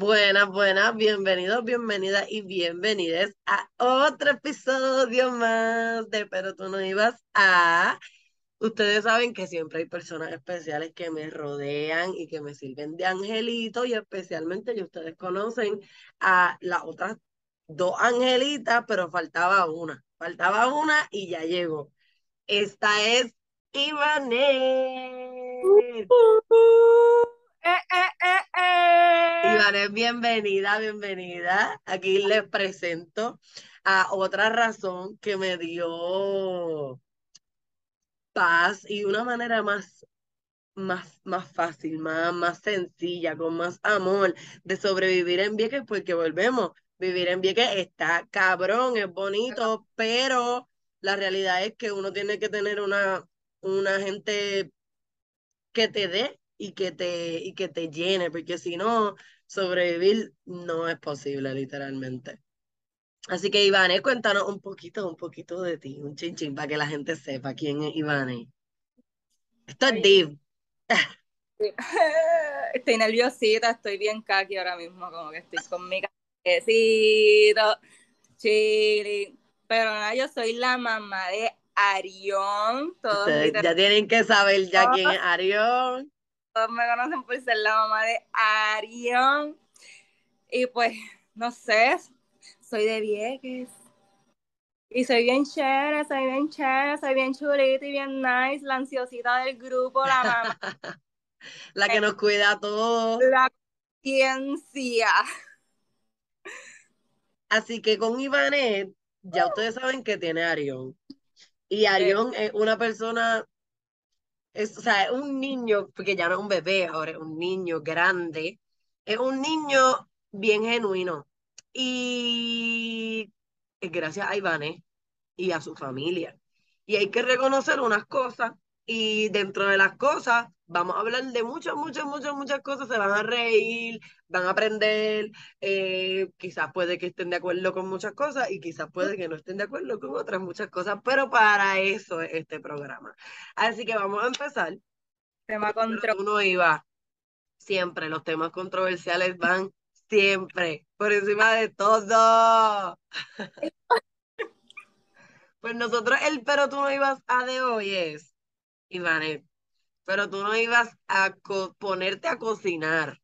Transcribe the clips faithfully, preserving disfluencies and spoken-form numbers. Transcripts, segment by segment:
Buenas, buenas, bienvenidos, bienvenidas y bienvenidas a otro episodio más de Pero tú no ibas a... Ustedes saben que siempre hay personas especiales que me rodean y que me sirven de angelito y especialmente ya ustedes conocen a las otras dos angelitas, pero faltaba una, faltaba una y ya llegó. Esta es Ivanet. Uh, eh, eh, eh, eh. Iván, bienvenida, bienvenida. Aquí les presento a otra razón que me dio paz y una manera más, más, más fácil, más, más sencilla, con más amor de sobrevivir en Vieques, porque volvemos. Vivir en Vieques está cabrón, es bonito, pero la realidad es que uno tiene que tener una, una gente que te dé y que te, y que te llene, porque si no, sobrevivir no es posible, literalmente. Así que, Ivane, cuéntanos un poquito, un poquito de ti, un chin chin, para que la gente sepa quién es Ivane. Esto es Ay, deep. estoy nerviosita, estoy bien kaki ahora mismo, como que estoy con mi cafecito, chilling. Pero nada, yo soy la mamá de Arión, todos Ustedes literalmente ya tienen que saber ya quién es Arión. todos me conocen por ser la mamá de Arión. Y pues, no sé, soy de Vieques. Y soy bien chévere, soy bien chévere, soy bien chulita y bien nice, la ansiosita del grupo, la mamá, La que nos cuida a todos. la ciencia. Así que con Ivane, ya ustedes saben que tiene Arión. Y Eh, Arión es una persona, es, o sea, es un niño, porque ya no es un bebé, ahora es un niño grande. Es un niño bien genuino. Y es gracias a Ivane y a su familia. Y hay que reconocer unas cosas y dentro de las cosas vamos a hablar de muchas, muchas, muchas, muchas cosas. Se van a reír, van a aprender, eh, quizás puede que estén de acuerdo con muchas cosas y quizás puede que no estén de acuerdo con otras muchas cosas, pero para eso es este programa. Así que vamos a empezar. tema Pero control. tú no ibas, siempre los temas controversiales van siempre por encima de todo. Pues nosotros el pero tú no ibas a de hoy es, Ivane, pero tú no ibas a co- ponerte a cocinar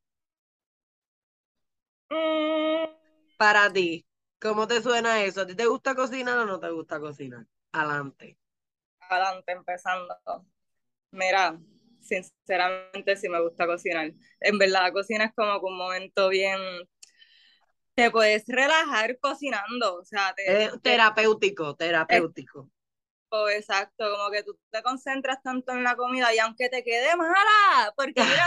Mm, para ti. ¿Cómo te suena eso? ¿A ti te gusta cocinar o no te gusta cocinar? Adelante. adelante, empezando. Mira, sinceramente sí me gusta cocinar. En verdad, la cocina es como que un momento bien. Te puedes relajar cocinando, o sea, te, Es te terapéutico, es terapéutico. como- exacto, como que tú te concentras tanto en la comida y aunque te quede mala, porque mira,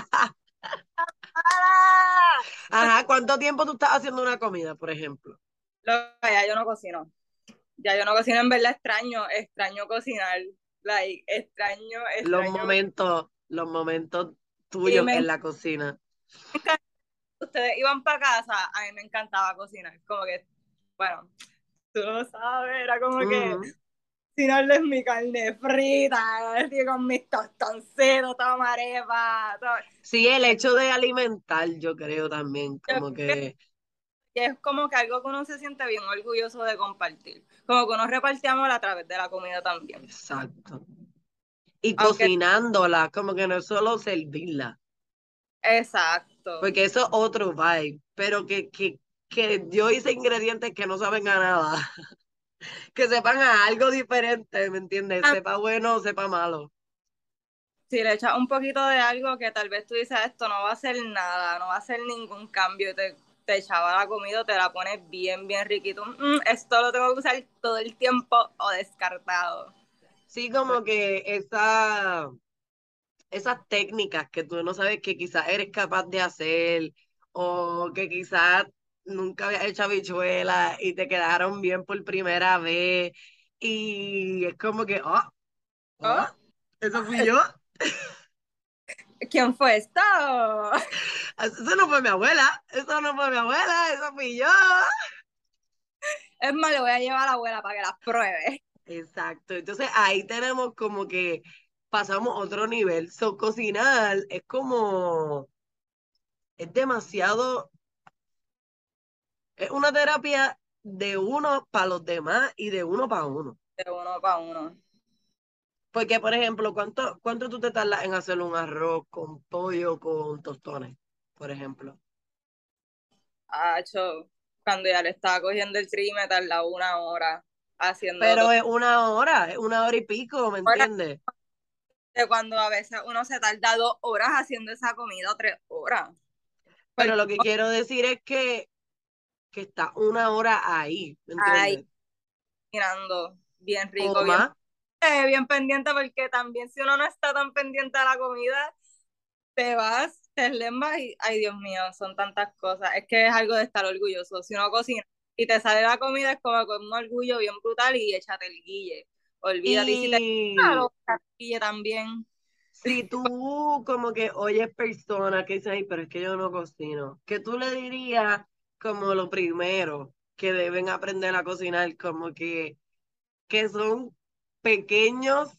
mala. Ajá, ¿cuánto tiempo tú estás haciendo una comida, por ejemplo? Lo- ya yo no cocino. Ya yo no cocino, en verdad extraño, extraño cocinar. Like, extraño, Los extraño. momentos, los momentos Y tuyos me en encanta, la cocina. ustedes iban para casa, a mí me encantaba cocinar. Como que, bueno, tú lo sabes, era como que Ujú. cocinarles mi carne frita, así con mis tostoncitos, toma arepa, todo. Sí, el hecho de alimentar, yo creo también, Yo como creo que, que es como que algo que uno se siente bien orgulloso de compartir. Como que uno reparte amor a través de la comida también. exacto. Y Aunque, cocinándola, como que no es solo servirla, exacto. porque eso es otro vibe, pero que, que, que yo hice ingredientes que no saben a nada, que sepan a algo diferente, ¿me entiendes? Sepa bueno o sepa malo. Si le echas un poquito de algo que tal vez tú dices, esto no va a hacer nada, no va a hacer ningún cambio, te, te echaba la comida, te la pones bien, bien riquito. Mm, esto lo tengo que usar todo el tiempo o descartado. Sí, como que esa, esas técnicas que tú no sabes que quizás eres capaz de hacer o que quizás nunca habías hecho habichuelas y te quedaron bien por primera vez y es como que, oh, oh, ¿Oh? eso fui yo. ¿Quién fue esto? Eso no fue mi abuela, eso no fue mi abuela, eso fui yo. Es más, le voy a llevar a la abuela para que las pruebe. Exacto, entonces ahí tenemos como que pasamos a otro nivel. So, cocinar es como, es demasiado Es una terapia de uno para los demás y de uno para uno. De uno para uno. Porque, por ejemplo, ¿cuánto, cuánto tú te tardas en hacer un arroz con pollo con tostones, por ejemplo? Acho, cuando ya le estaba cogiendo el tri, me tardaba una hora haciendo todo. Pero es una hora, es una hora y pico, ¿me Ahora, entiendes? de cuando a veces uno se tarda dos horas haciendo esa comida o tres horas. Pero Porque lo que quiero decir es que, que está una hora ahí, ¿me ahí entiendes? mirando bien O rico, bien, más. eh, bien pendiente, porque también si uno no está tan pendiente de la comida, te vas, te eslembas y, ay Dios mío, son tantas cosas. Es que es algo de estar orgulloso. Si uno cocina y te sale la comida, es como con un orgullo bien brutal y échate el guille. Olvídate. Y si te Y claro, échate el guille también. si tú como que oyes personas que dicen, ay, pero es que yo no cocino, ¿qué tú le dirías como lo primero que deben aprender a cocinar? Como que, que son pequeños,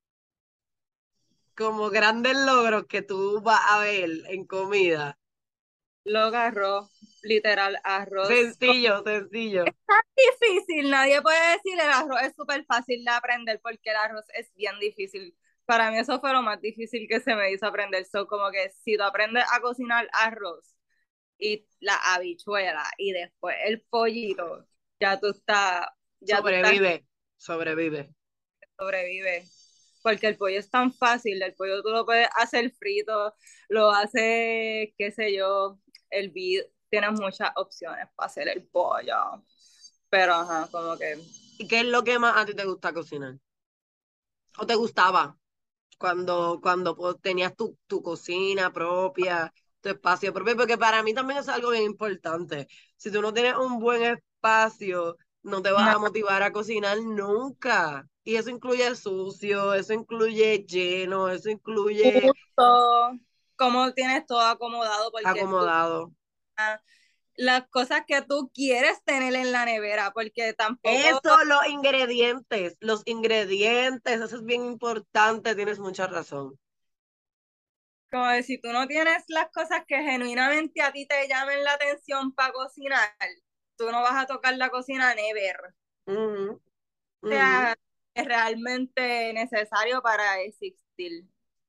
como grandes logros que tú vas a ver en comida. Luego arroz, literal, arroz. Sencillo, sencillo. Difícil, nadie puede decir el arroz es súper fácil de aprender porque el arroz es bien difícil. Para mí eso fue lo más difícil que se me hizo aprender. So, como que si tú aprendes a cocinar arroz y la habichuela y después el pollito, ya tú estás, ya tú estás Sobrevive, sobrevive. sobrevive. Porque el pollo es tan fácil, el pollo tú lo puedes hacer frito, lo haces, qué sé yo, el vid, tienes muchas opciones para hacer el pollo. Pero ajá, como que ¿Y qué es lo que más a ti te gusta cocinar? ¿O te gustaba cuando, cuando pues, tenías tu, tu cocina propia, tu espacio propio? Porque para mí también es algo bien importante. Si tú no tienes un buen espacio, no te vas no, a motivar a cocinar nunca. Y eso incluye sucio, eso incluye lleno, eso incluye justo cómo tienes todo acomodado, porque tú, acomodado. ah, las cosas que tú quieres tener en la nevera, porque tampoco, Eso, los ingredientes, los ingredientes, eso es bien importante, tienes mucha razón. como de si tú no tienes las cosas que genuinamente a ti te llamen la atención para cocinar, tú no vas a tocar la cocina never. Ujú, O ujú. sea, es realmente necesario para existir.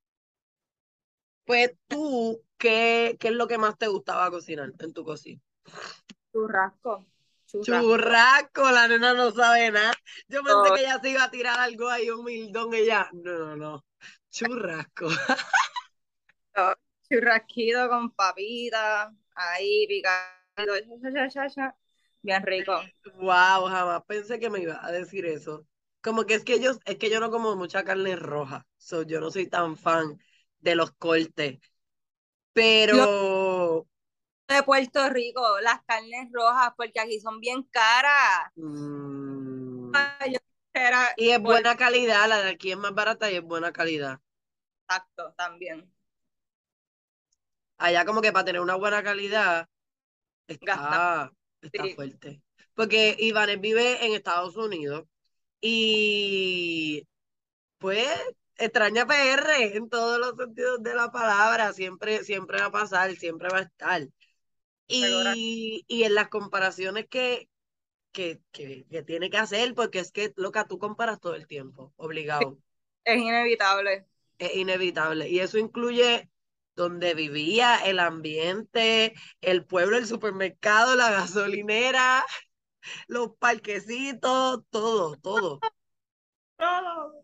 Pues tú, ¿qué, qué es lo que más te gustaba cocinar en tu cocina? Churrasco, churrasco. Churrasco, la nena no sabe nada. Yo pensé que ella se iba a tirar algo ahí, un mildón, ella. No, no, no. Churrasco. Churrasquito con papitas, ahí picado, cha, cha, cha, cha, bien rico. Wow, jamás pensé que me iba a decir eso. Como que es que yo, es que yo no como mucha carne roja. So, yo no soy tan fan de los cortes. Lo Pero de Puerto Rico, las carnes rojas, porque aquí son bien caras. mm, Ay, yo quisiera y es volver buena calidad, la de aquí es más barata y es buena calidad. tacto también. Allá como que para tener una buena calidad Gastar, está, está sí. fuerte. Porque Ivanes vive en Estados Unidos y pues extraña P R en todos los sentidos de la palabra. Siempre, siempre va a pasar, siempre va a estar. Y, y en las comparaciones que, que, que, que tiene que hacer, porque es que lo que tú comparas todo el tiempo, obligado. Es inevitable. Es inevitable. Y eso incluye donde vivía, el ambiente, el pueblo, el supermercado, la gasolinera, los parquecitos, todo, todo. Oh,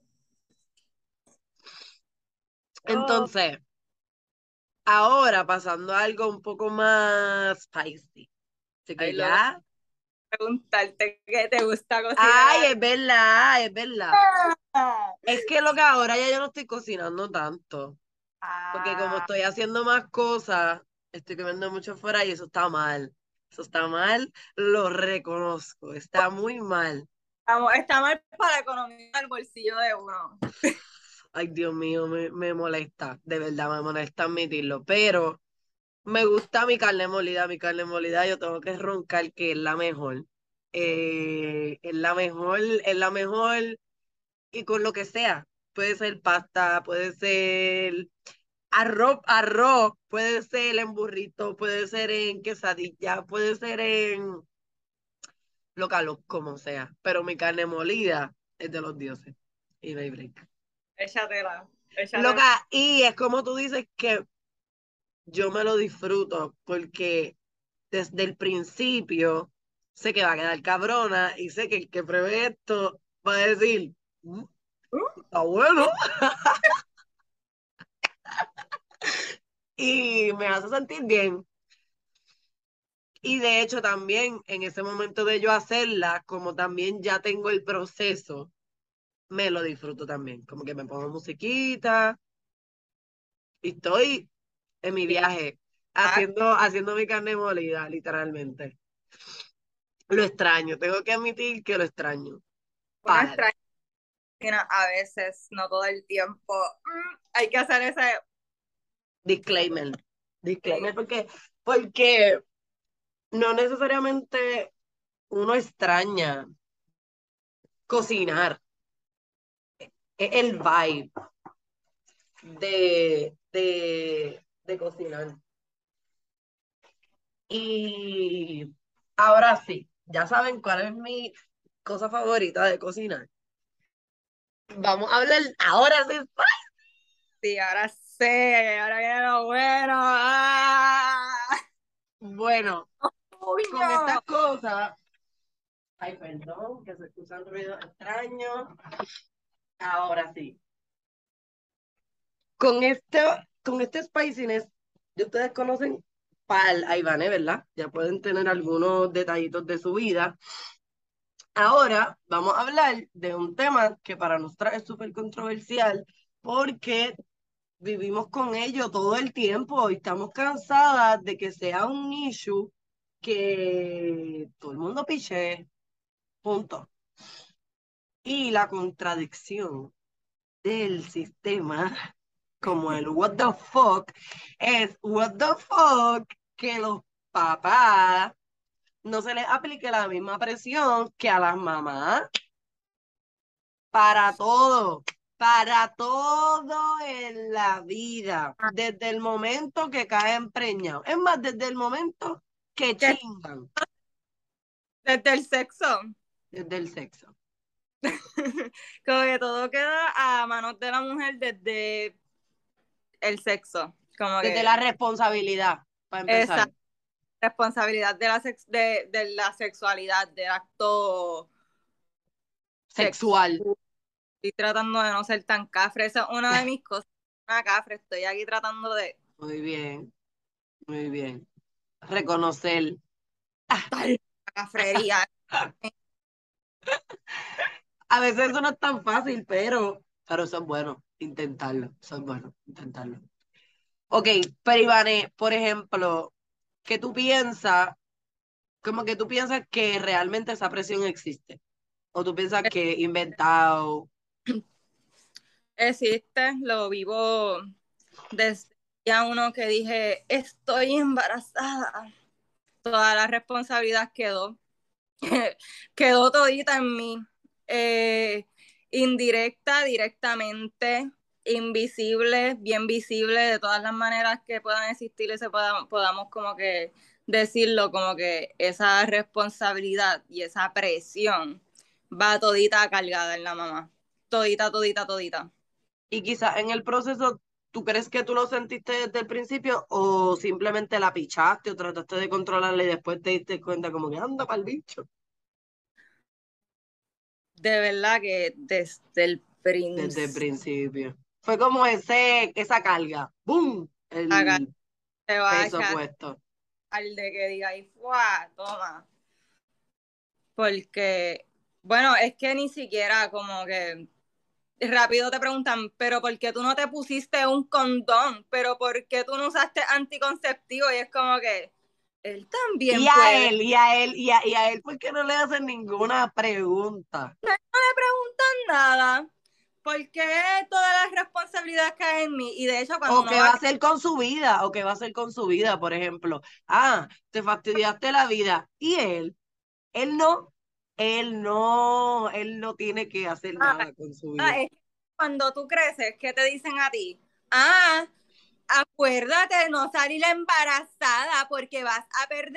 oh. Entonces, ahora pasando a algo un poco más spicy. Así Ay, que luego ya. preguntarte qué te gusta Ay, cocinar. es verdad, es verdad. Ah, Es que lo que ahora ya yo no estoy cocinando tanto. Porque como ah, estoy haciendo más cosas, estoy comiendo mucho fuera y eso está mal. Eso está mal, lo reconozco, está muy mal. vamos, está mal para la economía del bolsillo de uno. Ay, Dios mío, me, me molesta, de verdad me molesta admitirlo, pero me gusta mi carne molida, mi carne molida yo tengo que roncar que es la mejor. Eh, es la mejor, es la mejor y con lo que sea. Puede ser pasta, puede ser arroz, arroz, puede ser en burrito, puede ser en quesadilla, puede ser en loca, lo, como sea. Pero mi carne molida es de los dioses. Y no hay break. Échatela, échatela. Loca, y es como tú dices que yo me lo disfruto porque desde el principio sé que va a quedar cabrona y sé que el que pruebe esto va a decir, "Mm, está bueno". Y me hace sentir bien. Y de hecho también en ese momento de yo hacerla, como también ya tengo el proceso, me lo disfruto también. Como que me pongo musiquita y estoy en mi Sí. viaje Ah, haciendo, haciendo mi carne molida, literalmente. Lo extraño, tengo que admitir que lo extraño. uno Padre. extraña a veces, no todo el tiempo. Mm, hay que hacer ese. Disclaimer. Sí. Disclaimer porque, porque no necesariamente uno extraña cocinar. Es el vibe de, de, de cocinar. Y ahora sí, ya saben cuál es mi cosa favorita de cocinar. Vamos a hablar ahora sí. Sí, ahora sé, ahora viene lo bueno. ¡Ah! Bueno, con ¡Puño! estas cosas, ay, perdón, que se escuchan ruidos extraños. Ahora sí. Con este, con este spiciness, ya ustedes conocen Pal Aivane, ¿verdad? Ya pueden tener algunos detallitos de su vida. Ahora vamos a hablar de un tema que para nosotras es súper controversial porque vivimos con ello todo el tiempo y estamos cansadas de que sea un issue que todo el mundo piche, punto. Y la contradicción del sistema, como el what the fuck, es what the fuck que los papás no se les aplique la misma presión que a las mamás para todo, para todo en la vida, desde el momento que caen preñados. Es más, desde el momento que Que chingan, desde el sexo. desde el sexo, Como que todo queda a manos de la mujer desde el sexo. Como desde que la responsabilidad, para esa empezar, responsabilidad de la, sex, de, de la sexualidad, del acto sexual. sexual. Estoy tratando de no ser tan cafre. Esa es una de mis cosas. Una cafre. Estoy aquí tratando de Muy bien, muy bien. Reconocer. tal cafrería. A veces eso no es tan fácil, pero, pero eso es bueno, intentarlo, eso es bueno, intentarlo. Ok, pero Ivane, por ejemplo, ¿qué tú piensas? Como que tú piensas que realmente esa presión existe. O tú piensas que inventado. Existe, lo vivo desde ya uno que dije, estoy embarazada. Toda la responsabilidad quedó, quedó todita en mí. Eh, indirecta, directamente, invisible, bien visible, de todas las maneras que puedan existir y se puedan, podamos como que decirlo, como que esa responsabilidad y esa presión va todita cargada en la mamá. Todita, todita, todita. Y quizás en el proceso, ¿tú crees que tú lo sentiste desde el principio o simplemente la pichaste o trataste de controlarla y después te diste cuenta como que anda para el bicho? De verdad que desde el Desde el principio principio. Fue como ese, esa carga. ¡Bum! El te va a peso echar puesto. al de que diga y ¡fua! Toma. Porque, bueno, es que ni siquiera como que rápido te preguntan, pero ¿por qué tú no te pusiste un condón? ¿Pero por qué tú no usaste anticonceptivo? Y es como que él Y también a puede. él, y a él, y a, y a él, ¿por qué no le hacen ninguna pregunta? No le preguntan nada. ¿Por qué toda la responsabilidad cae en mí? Y de hecho, cuando O uno qué va va a hacer con su vida, o qué va a hacer con su vida, por ejemplo. Ah, te fastidiaste la vida. Y él, él no, él no, él no tiene que hacer a, nada con su vida. a, es que cuando tú creces, ¿qué te dicen a ti? Ah, acuérdate de no salir embarazada porque vas a perder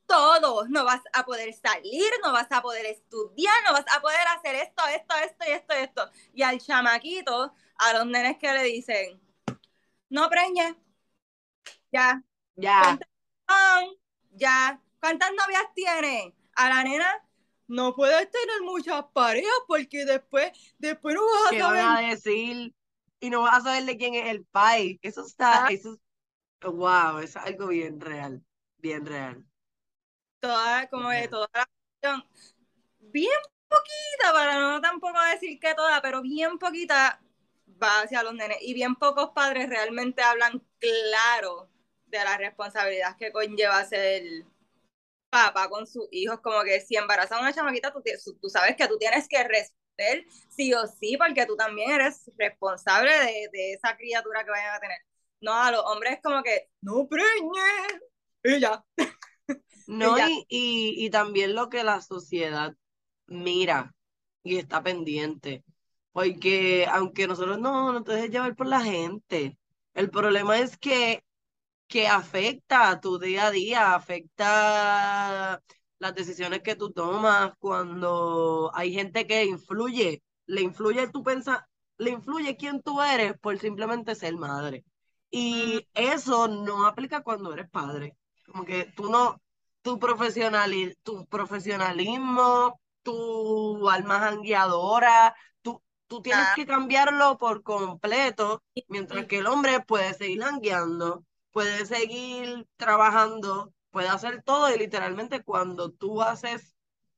todo. No vas a poder salir, no vas a poder estudiar, no vas a poder hacer esto, esto, esto y esto y esto. Y al chamaquito, a los nenes que le dicen, no preñes, ya. Ya, ¿Cuántas son? Ya. ¿Cuántas novias tiene? A la nena, no puedes tener muchas parejas porque después, después no vas a ¿qué van saber a decir? Y no vas a saber de quién es el pai. Eso está, nada. eso es, wow, eso es algo bien real, bien real. Toda, como de Real. toda la cuestión, bien poquita, para no tampoco decir que toda, pero bien poquita va hacia los nenes. Y bien pocos padres realmente hablan claro de la responsabilidad que conlleva ser papá con sus hijos. Como que si embarazas a una chamaquita, tú, tú sabes que tú tienes que responder sí o sí, porque tú también eres responsable de, de esa criatura que vayan a tener. No, a los hombres como que, no preñes, y ya, y No, ya. y, y, y también lo que la sociedad mira y está pendiente. Porque aunque nosotros no, no te dejes llevar por la gente, el problema es que, que afecta a tu día a día, afecta las decisiones que tú tomas cuando hay gente que influye, le influye tu pensa, le influye quién tú eres por simplemente ser madre. Mm, Y eso no aplica cuando eres padre. Como que tú no, tu profesionali- tu profesionalismo, tu alma jangueadora, tú, tú tienes ah, que cambiarlo por completo, mientras y, que el hombre puede seguir jangueando, puede seguir trabajando, puede hacer todo y literalmente cuando tú haces,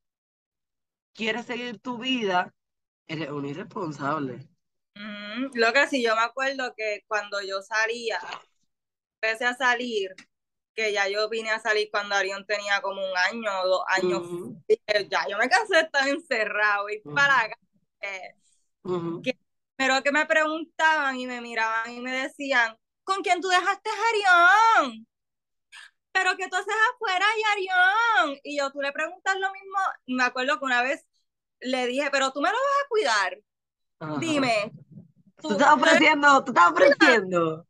quieres seguir tu vida, eres un irresponsable. mm, lo que sí, yo me acuerdo que cuando yo salía, empecé a salir, que ya yo vine a salir cuando Arión tenía como un año o dos años, Ujú, dije, ya yo me cansé de estar encerrado y para ujú, acá. Eh, ujú. que, pero que me preguntaban y me miraban y me decían, ¿con quién tú dejaste a Arión? Pero que tú haces afuera, Arión. Y yo, tú le preguntas lo mismo. Y me acuerdo que una vez le dije, pero tú me lo vas a cuidar. Ajá. Dime, Tú tú, estás tú eres ofreciendo, tú estás ofreciendo.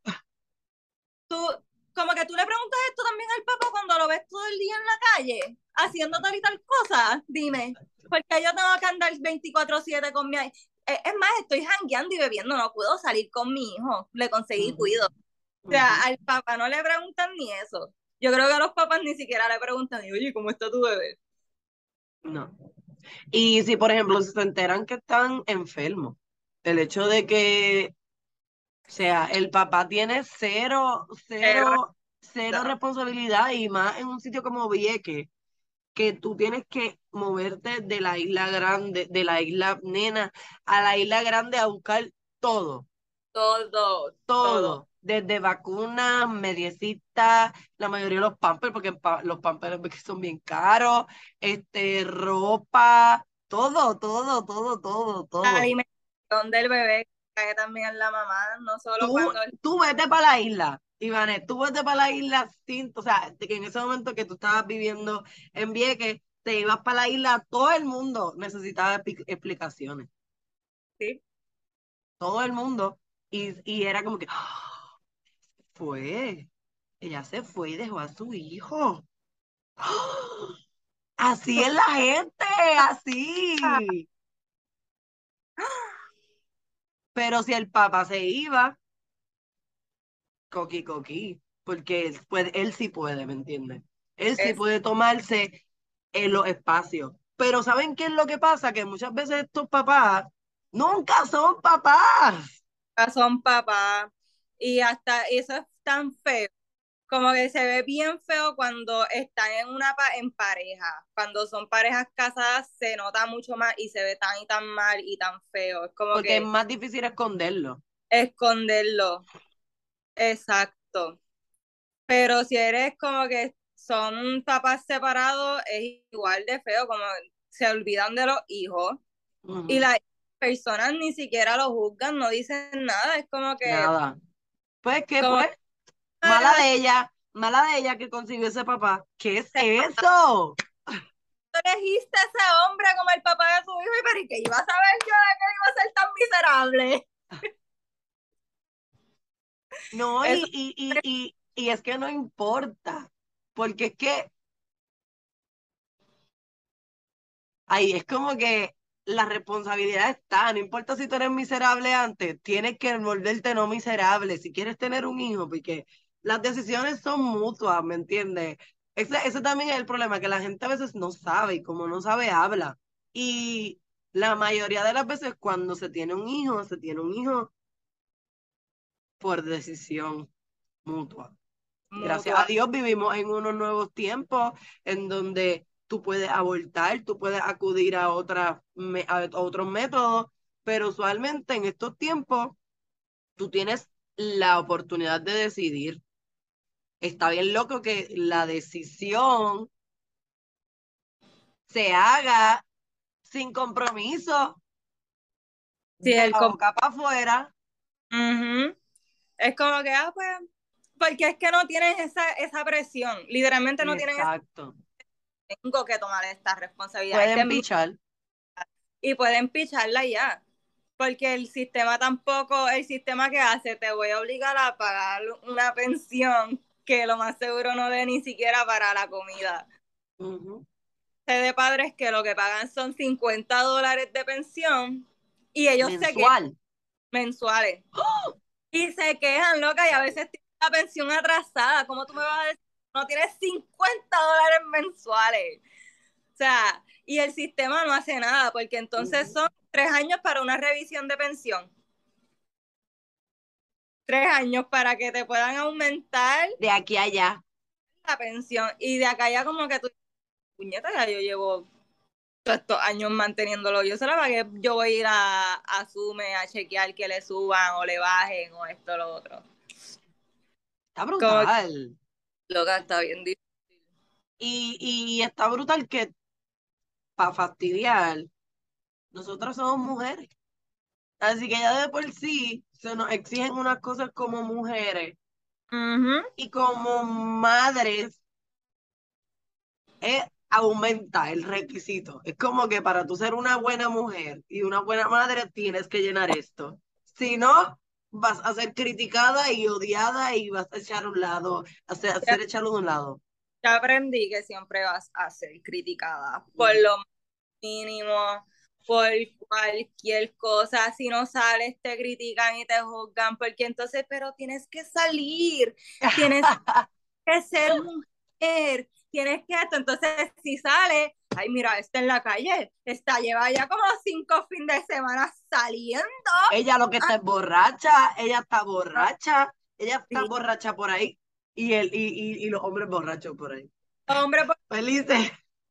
tú, como que tú le preguntas esto también al papá cuando lo ves todo el día en la calle, haciendo tal y tal cosa, dime, porque yo tengo que andar veinticuatro siete con mi... Eh, es más, estoy jangueando y bebiendo, no puedo salir con mi hijo, le conseguí Ujú, cuido. O sea, ujú. al papá no le preguntan ni eso. Yo creo que a los papás ni siquiera le preguntan, oye, ¿cómo está tu bebé? No. Y si, por ejemplo, se enteran que están enfermos, el hecho de que, o sea, el papá tiene cero, Pero, cero, cero responsabilidad y más en un sitio como Vieques, que tú tienes que moverte de la isla grande, de la isla nena, a la isla grande a buscar todo, todo, todo. todo, desde vacunas, mediecitas, la mayoría de los pampers, porque pa- los pampers ves que son bien caros, este, ropa, todo, todo, todo, todo, La todo. alimentación del bebé cae también en la mamá, no solo Tú, cuando... tú vete para la isla, Ivane, tú vete para la isla sin, o sea, de que en ese momento que tú estabas viviendo en Vieques, te ibas para la isla, todo el mundo necesitaba expli- explicaciones, Sí. todo el mundo, y, y era como que, ¡ah! Fue, ella se fue y dejó a su hijo. ¡Ah! Así es la gente, así. Pero si el papá se iba, coqui coqui, porque él, puede, él sí puede, ¿me entiendes? Él sí Es, puede tomarse en los espacios. Pero ¿saben qué es lo que pasa? Que muchas veces estos papás nunca son papás. son papás y hasta eso es tan feo. Como que se ve bien feo cuando están en una pa- en pareja. Cuando son parejas casadas se nota mucho más y se ve tan y tan mal y tan feo. Es como Porque es que más difícil esconderlo. esconderlo. Exacto. Pero si eres como que son papás separados, es igual de feo, como se olvidan de los hijos y Ujú. las personas ni siquiera lo juzgan, no dicen nada. Es como que, Nada. Pues qué, como pues, mala "Ah, de ella, mala de ella que consiguió ese papá. ¿Qué es eso? tú elegiste a ese hombre como el papá de su hijo y pero ¿y qué iba a saber yo de que iba a ser tan miserable? No, Eso y, y, y, y, y es que no importa, porque es que ahí es como que la responsabilidad está, no importa si tú eres miserable antes, tienes que volverte no miserable si quieres tener un hijo, porque las decisiones son mutuas, ¿me entiendes? Ese, ese también es el problema, que la gente a veces no sabe y como no sabe, habla. Y la mayoría de las veces cuando se tiene un hijo, se tiene un hijo por decisión mutua. Gracias a Mutua. Dios vivimos en unos nuevos tiempos en donde tú puedes abortar, tú puedes acudir a, otras, me- a otros métodos, pero usualmente en estos tiempos tú tienes la oportunidad de decidir. Está bien loco que la decisión se haga sin compromiso, Sí, de el la com- boca para afuera. Ujú. Es como que, ah, pues, porque es que no tienes esa, esa presión, literalmente no tienes esa, Exacto. tengo que tomar esta responsabilidad, esta Pueden es mi, pichar. y pueden picharla ya, porque el sistema tampoco, el sistema que hace, te voy a obligar a pagar una pensión que lo más seguro no dé ni siquiera para la comida. Ujú. Sé de padres que lo que pagan son cincuenta dólares de pensión y ellos se quejan Mensual. mensuales. Y se quejan, loca, y a veces tienen la pensión atrasada. ¿Cómo tú me vas a decir? No tienes cincuenta dólares mensuales. O sea, y el sistema no hace nada, porque entonces Ujú. son tres años para una revisión de pensión. Tres años para que te puedan aumentar De aquí a allá. la pensión. Y de acá ya como que tú, puñeta, ya yo llevo todos estos años manteniéndolo. Yo se la pagué, yo voy a ir a, a Sume a chequear que le suban o le bajen o esto o lo otro. Está Como que, brutal. loca, está bien difícil. Y, y está brutal que para fastidiar, nosotras somos mujeres. Así que ya de por sí se nos exigen unas cosas como mujeres Ujú. y como madres eh, aumenta el requisito. Es como que para tú ser una buena mujer y una buena madre tienes que llenar esto. Si no, vas a ser criticada y odiada y vas a echar a un lado, a ser, a Ya, ser echado de un lado. ya aprendí que siempre vas a ser criticada por Ujú. lo mínimo, por cualquier cosa. Si no sales, te critican y te juzgan, porque entonces, pero tienes que salir, tienes que ser mujer, tienes que esto. Entonces, si sale, ay, mira, está en la calle, está, lleva ya como cinco fines de semana saliendo. Ella lo que está es borracha, ella está Ah, borracha, ella está sí, borracha por ahí y, el, y, y, y los hombres borrachos por ahí. hombre, pues, Felices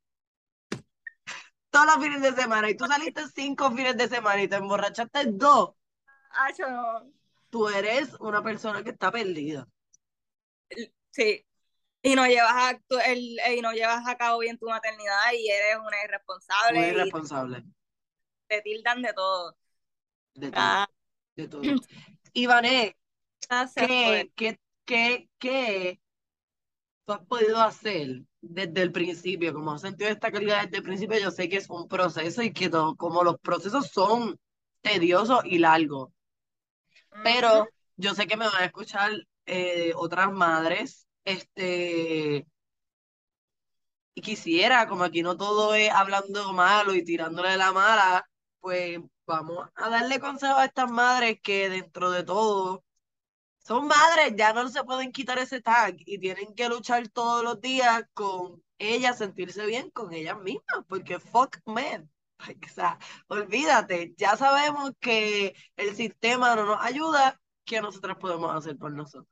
todos los fines de semana y tú saliste cinco fines de semana y te emborrachaste dos, acho, no. tú eres una persona que está perdida. Sí, y no llevas a, tu- el, y no llevas a cabo bien tu maternidad y eres una Una irresponsable y irresponsable te tildan de todo. de todo, Ah, de todo. Ivané, se fue. ¿qué, qué, qué, qué tú has podido hacer desde el principio? Como has sentido esta calidad desde el principio, yo sé que es un proceso y que todo- como los procesos son tediosos y largos, Ujú. pero yo sé que me van a escuchar eh, otras madres, este, y quisiera, como aquí no todo es hablando malo y tirándole la mala, pues vamos a darle consejo a estas madres que dentro de todo son madres, ya no se pueden quitar ese tag y tienen que luchar todos los días con ellas, sentirse bien con ellas mismas, porque fuck man. O sea, olvídate, ya sabemos que el sistema no nos ayuda, ¿qué nosotros podemos hacer por nosotros?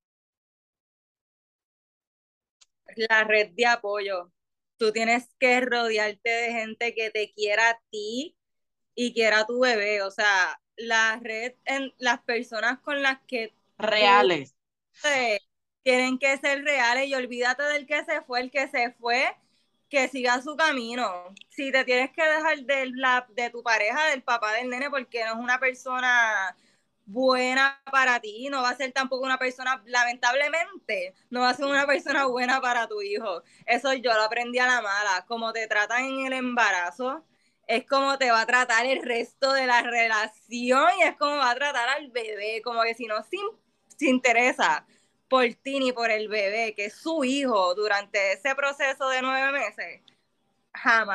La red de apoyo. Tú tienes que rodearte de gente que te quiera a ti y quiera a tu bebé. O sea, la red, en, las personas con las que tú Reales. te, tienen que ser reales y olvídate del que se fue, el que se fue, que siga su camino. Si te tienes que dejar de, la, de tu pareja, del papá del nene, porque no es una persona buena para ti, no va a ser tampoco una persona, lamentablemente, no va a ser una persona buena para tu hijo. Eso yo lo aprendí a la mala. Como te tratan en el embarazo, es como te va a tratar el resto de la relación y es como va a tratar al bebé, como que si no se, se interesa por ti ni por el bebé, que es su hijo durante ese proceso de nueve meses, jamás.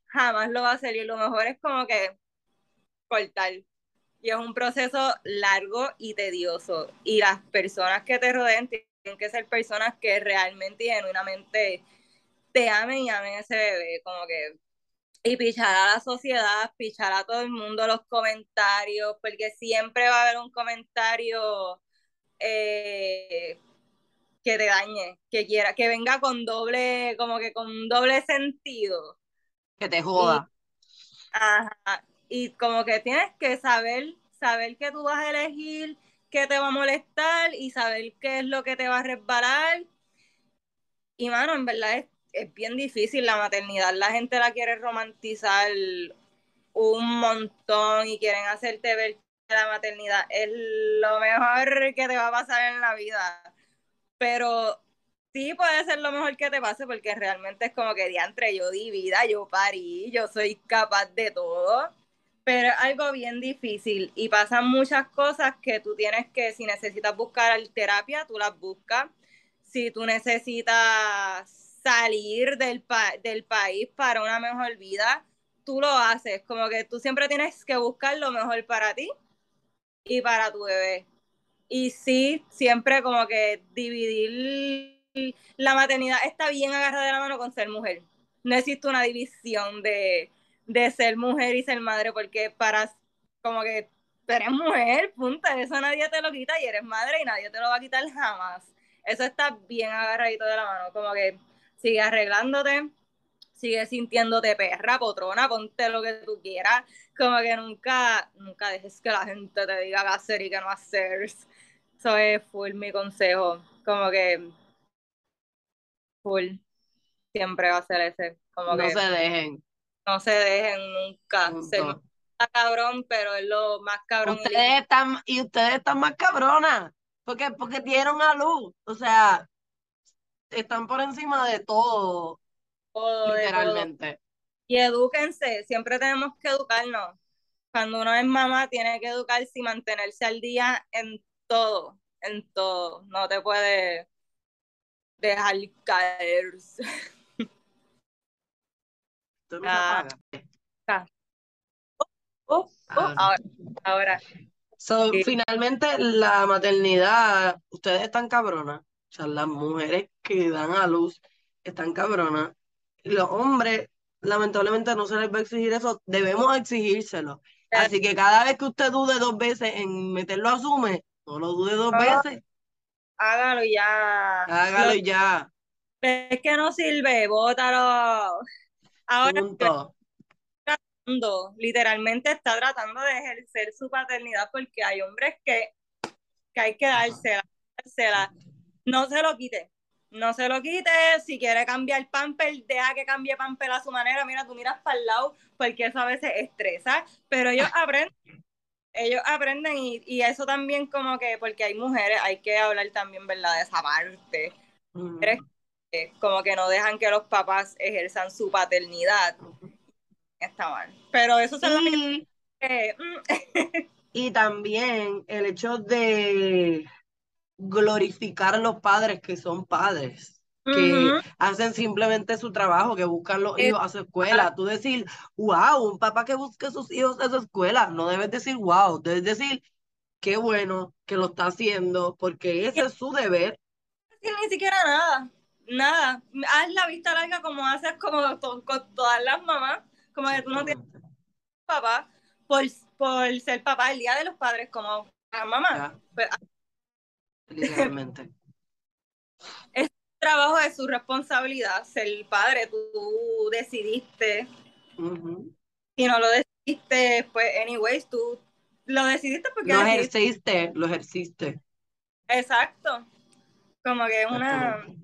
jamás lo va a hacer y lo mejor es como que cortar. Y es un proceso largo y tedioso. Y las personas que te rodeen tienen que ser personas que realmente y genuinamente te amen y amen a ese bebé. Como que, y pichar a la sociedad, pichar a todo el mundo los comentarios, porque siempre va a haber un comentario eh, que te dañe, que quiera, que venga con doble, como que con doble sentido. Que te Y, joda. ajá, y como que tienes que saber, saber que tú vas a elegir, qué te va a molestar y saber qué es lo que te va a resbalar. Y mano, en verdad es, es bien difícil la maternidad. La gente la quiere romantizar un montón y quieren hacerte ver que la maternidad es lo mejor que te va a pasar en la vida. Pero sí puede ser lo mejor que te pase porque realmente es como que diantre, yo di vida, yo parí, yo soy capaz de todo, pero es algo bien difícil y pasan muchas cosas que tú tienes que, si necesitas buscar terapia, tú las buscas, si tú necesitas salir del, pa del país para una mejor vida, tú lo haces, como que tú siempre tienes que buscar lo mejor para ti y para tu bebé. Y sí, siempre como que dividir la maternidad está bien agarrada de la mano con ser mujer. No existe una división de, de ser mujer y ser madre, porque para como que tú eres mujer, punto, eso nadie te lo quita y eres madre y nadie te lo va a quitar jamás. Eso está bien agarradito de la mano, como que sigue arreglándote, sigue sintiéndote perra, potrona, ponte lo que tú quieras, como que nunca, nunca dejes que la gente te diga qué hacer y qué no hacer. Eso es full mi consejo, como que full, siempre va a ser ese, como No se que dejen. no se dejen nunca ser más Punto. cabrón, pero es lo más cabrón y lindo Ustedes están, y ustedes están más cabronas. Porque, porque dieron a luz. O sea, están por encima de todo, de todo. literalmente. Y edúquense, siempre tenemos que educarnos. Cuando uno es mamá, tiene que educarse y mantenerse al día en todo, en todo. No te puedes dejar caer. Esto no se Ah, apaga. oh, oh, Ahora. ahora, ahora. So, Sí. finalmente, la maternidad, ustedes están cabronas. O sea, las mujeres que dan a luz están cabronas. Y los hombres, lamentablemente, no se les va a exigir eso. Debemos exigírselo. Así que cada vez que usted dude dos veces en meterlo a Sume, no lo dude dos Oh, veces. hágalo ya. Lo Hágalo y ya. es que no sirve, bótalo. Ahora Punto. mundo literalmente está tratando de ejercer su paternidad porque hay hombres que, que hay que dársela, dársela. No se lo quite, no se lo quite. Si quiere cambiar pamper, deja que cambie pamper a su manera. Mira, tú miras para el lado porque eso a veces estresa, pero ellos aprenden, ellos aprenden y, y eso también como que, porque hay mujeres, hay que hablar también, ¿verdad? De esa parte. Mujeres Ujú. que como que no dejan que los papás ejerzan su paternidad. Está mal. Pero eso son las Y, que, mm, y también el hecho de glorificar a los padres que son padres, que ujú, hacen simplemente su trabajo, que buscan los hijos a su exacto. escuela. Tú decir, wow, un papá que busque a sus hijos a su escuela, no debes decir wow, debes decir qué bueno que lo está haciendo, porque ese es su deber. Sí, ni siquiera nada, nada. Haz la vista larga como haces como to- con todas las mamás, como que tú no tienes Exactamente. papá por, por ser papá el día de los padres como la mamá. Ya, Pues, literalmente. es trabajo, de su responsabilidad ser padre. Tú, tú decidiste, Ujú. si no lo decidiste, pues anyways, tú lo decidiste porque Lo decidiste. ejerciste, lo ejerciste. Exacto. Como que es una. Exactamente.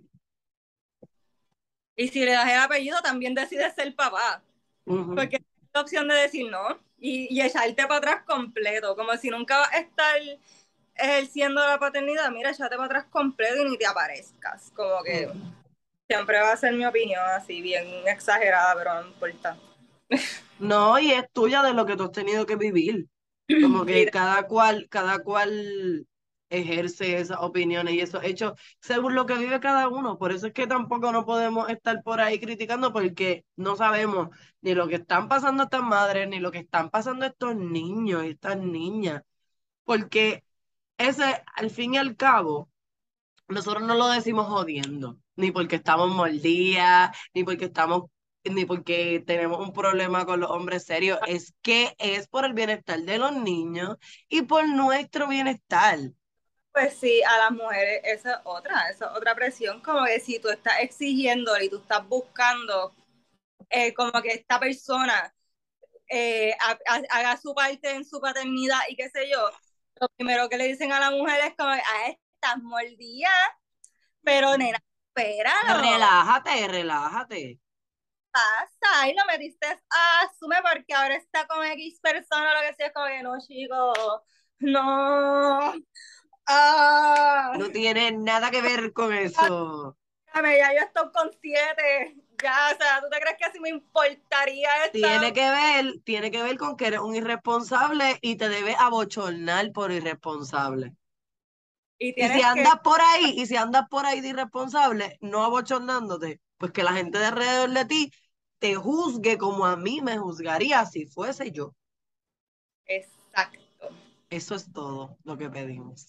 Y si le das el apellido, también decides ser papá. Ujú. Porque es la opción de decir no y, y echarte para atrás completo, como si nunca vas a estar ejerciendo la paternidad, mira, echate para atrás completo y ni te aparezcas. Como que Ujú. siempre va a ser mi opinión así, bien exagerada, pero no importa. No, y es tuya de lo que tú has tenido que vivir. Como que cada cual, cada cual ejerce esas opiniones y esos hechos según lo que vive cada uno. Por eso es que tampoco no podemos estar por ahí criticando porque no sabemos ni lo que están pasando estas madres, ni lo que están pasando estos niños y estas niñas. Porque ese, al fin y al cabo, nosotros no lo decimos jodiendo, ni porque estamos mordidas, ni porque estamos, ni porque tenemos un problema con los hombres serios. Es que es por el bienestar de los niños y por nuestro bienestar. Pues sí, a las mujeres esa es otra, esa es otra presión, como que si tú estás exigiendo y tú estás buscando eh, como que esta persona eh, ha- ha- haga su parte en su paternidad y qué sé yo, lo primero que le dicen a la mujer es como, ah, estás mordida, pero nena, espéralo, Relájate, relájate. pasa, y lo metiste a asume porque ahora está con X persona, lo que sea, es como que no, chico, no, ah, No tiene nada que ver con eso. dame, ya yo estoy con siete, ya, o sea, ¿tú te crees que así me importaría esta? Tiene que ver, tiene que ver con que eres un irresponsable y te debes abochornar por irresponsable. Y Y si tienes que, andas por ahí, y si andas por ahí de irresponsable, no abochornándote, pues que la gente de alrededor de ti te juzgue como a mí me juzgaría si fuese yo. exacto. Eso es todo lo que pedimos.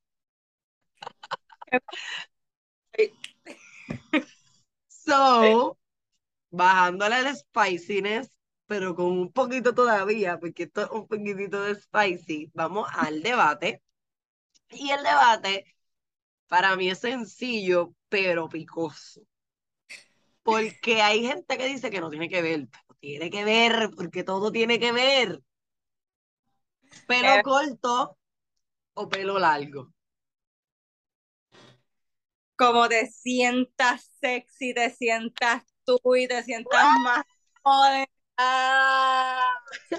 So, bajándole el spiciness, pero con un poquito todavía, porque esto es un poquitito de spicy, vamos al debate. Y el debate para mí es sencillo, pero picoso. Porque hay gente que dice que no tiene que ver, pero tiene que ver, porque todo tiene que ver. Pelo Eh, corto o pelo largo. como te sientas sexy, te sientas tú y te sientas más joder. Ah,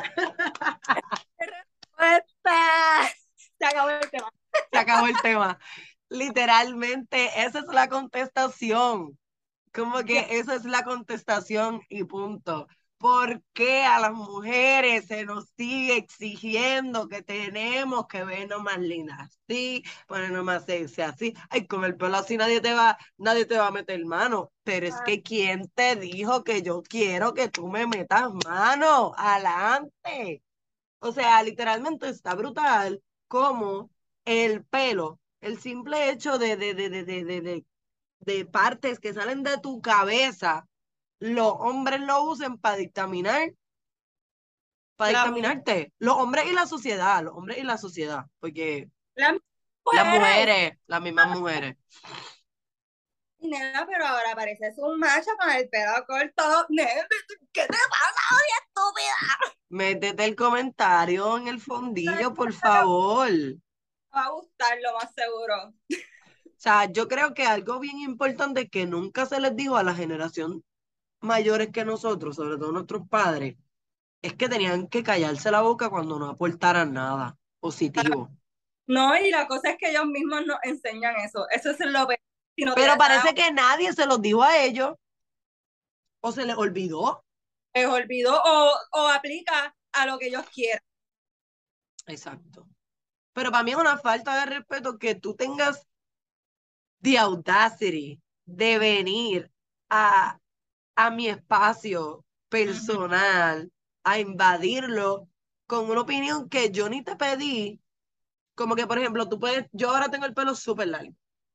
respuesta. Se acabó el tema. Se acabó el tema. Literalmente, esa es la contestación. Como Ya, que esa es la contestación y punto. ¿Por qué a las mujeres se nos sigue exigiendo que tenemos que vernos más lindas así, ponernos más sexy así? Ay, con el pelo así nadie te va, nadie te va a meter mano. Pero es que ¿quién te dijo que yo quiero que tú me metas mano? Adelante. O sea, literalmente está brutal como el pelo, el simple hecho de, de, de, de, de, de, de de partes que salen de tu cabeza, los hombres lo usen para dictaminar, para la mujer, dictaminarte. Los hombres y la sociedad, los hombres y la sociedad, porque las las mujeres. mujeres, las mismas mujeres. Y nena, pero ahora pareces un macho con el pelo corto. Nena, ¿qué te pasa, oye, estúpida? Métete el comentario en el fondillo, por favor. O Va a gustar lo más seguro. sea, yo creo que algo bien importante que nunca se les dijo a la generación mayores que nosotros, sobre todo nuestros padres, es que tenían que callarse la boca cuando no aportaran nada positivo. No, y la cosa es que ellos mismos nos enseñan eso. Eso es lo peor. Si no Pero tienes nada, parece que nadie se los dijo a ellos o se les olvidó. les olvidó o, o aplica a lo que ellos quieran. Exacto. Pero para mí es una falta de respeto que tú tengas the audacity de venir a, a mi espacio Ujú. personal, a invadirlo con una opinión que yo ni te pedí. Como que, por ejemplo, tú puedes, yo ahora tengo el pelo súper largo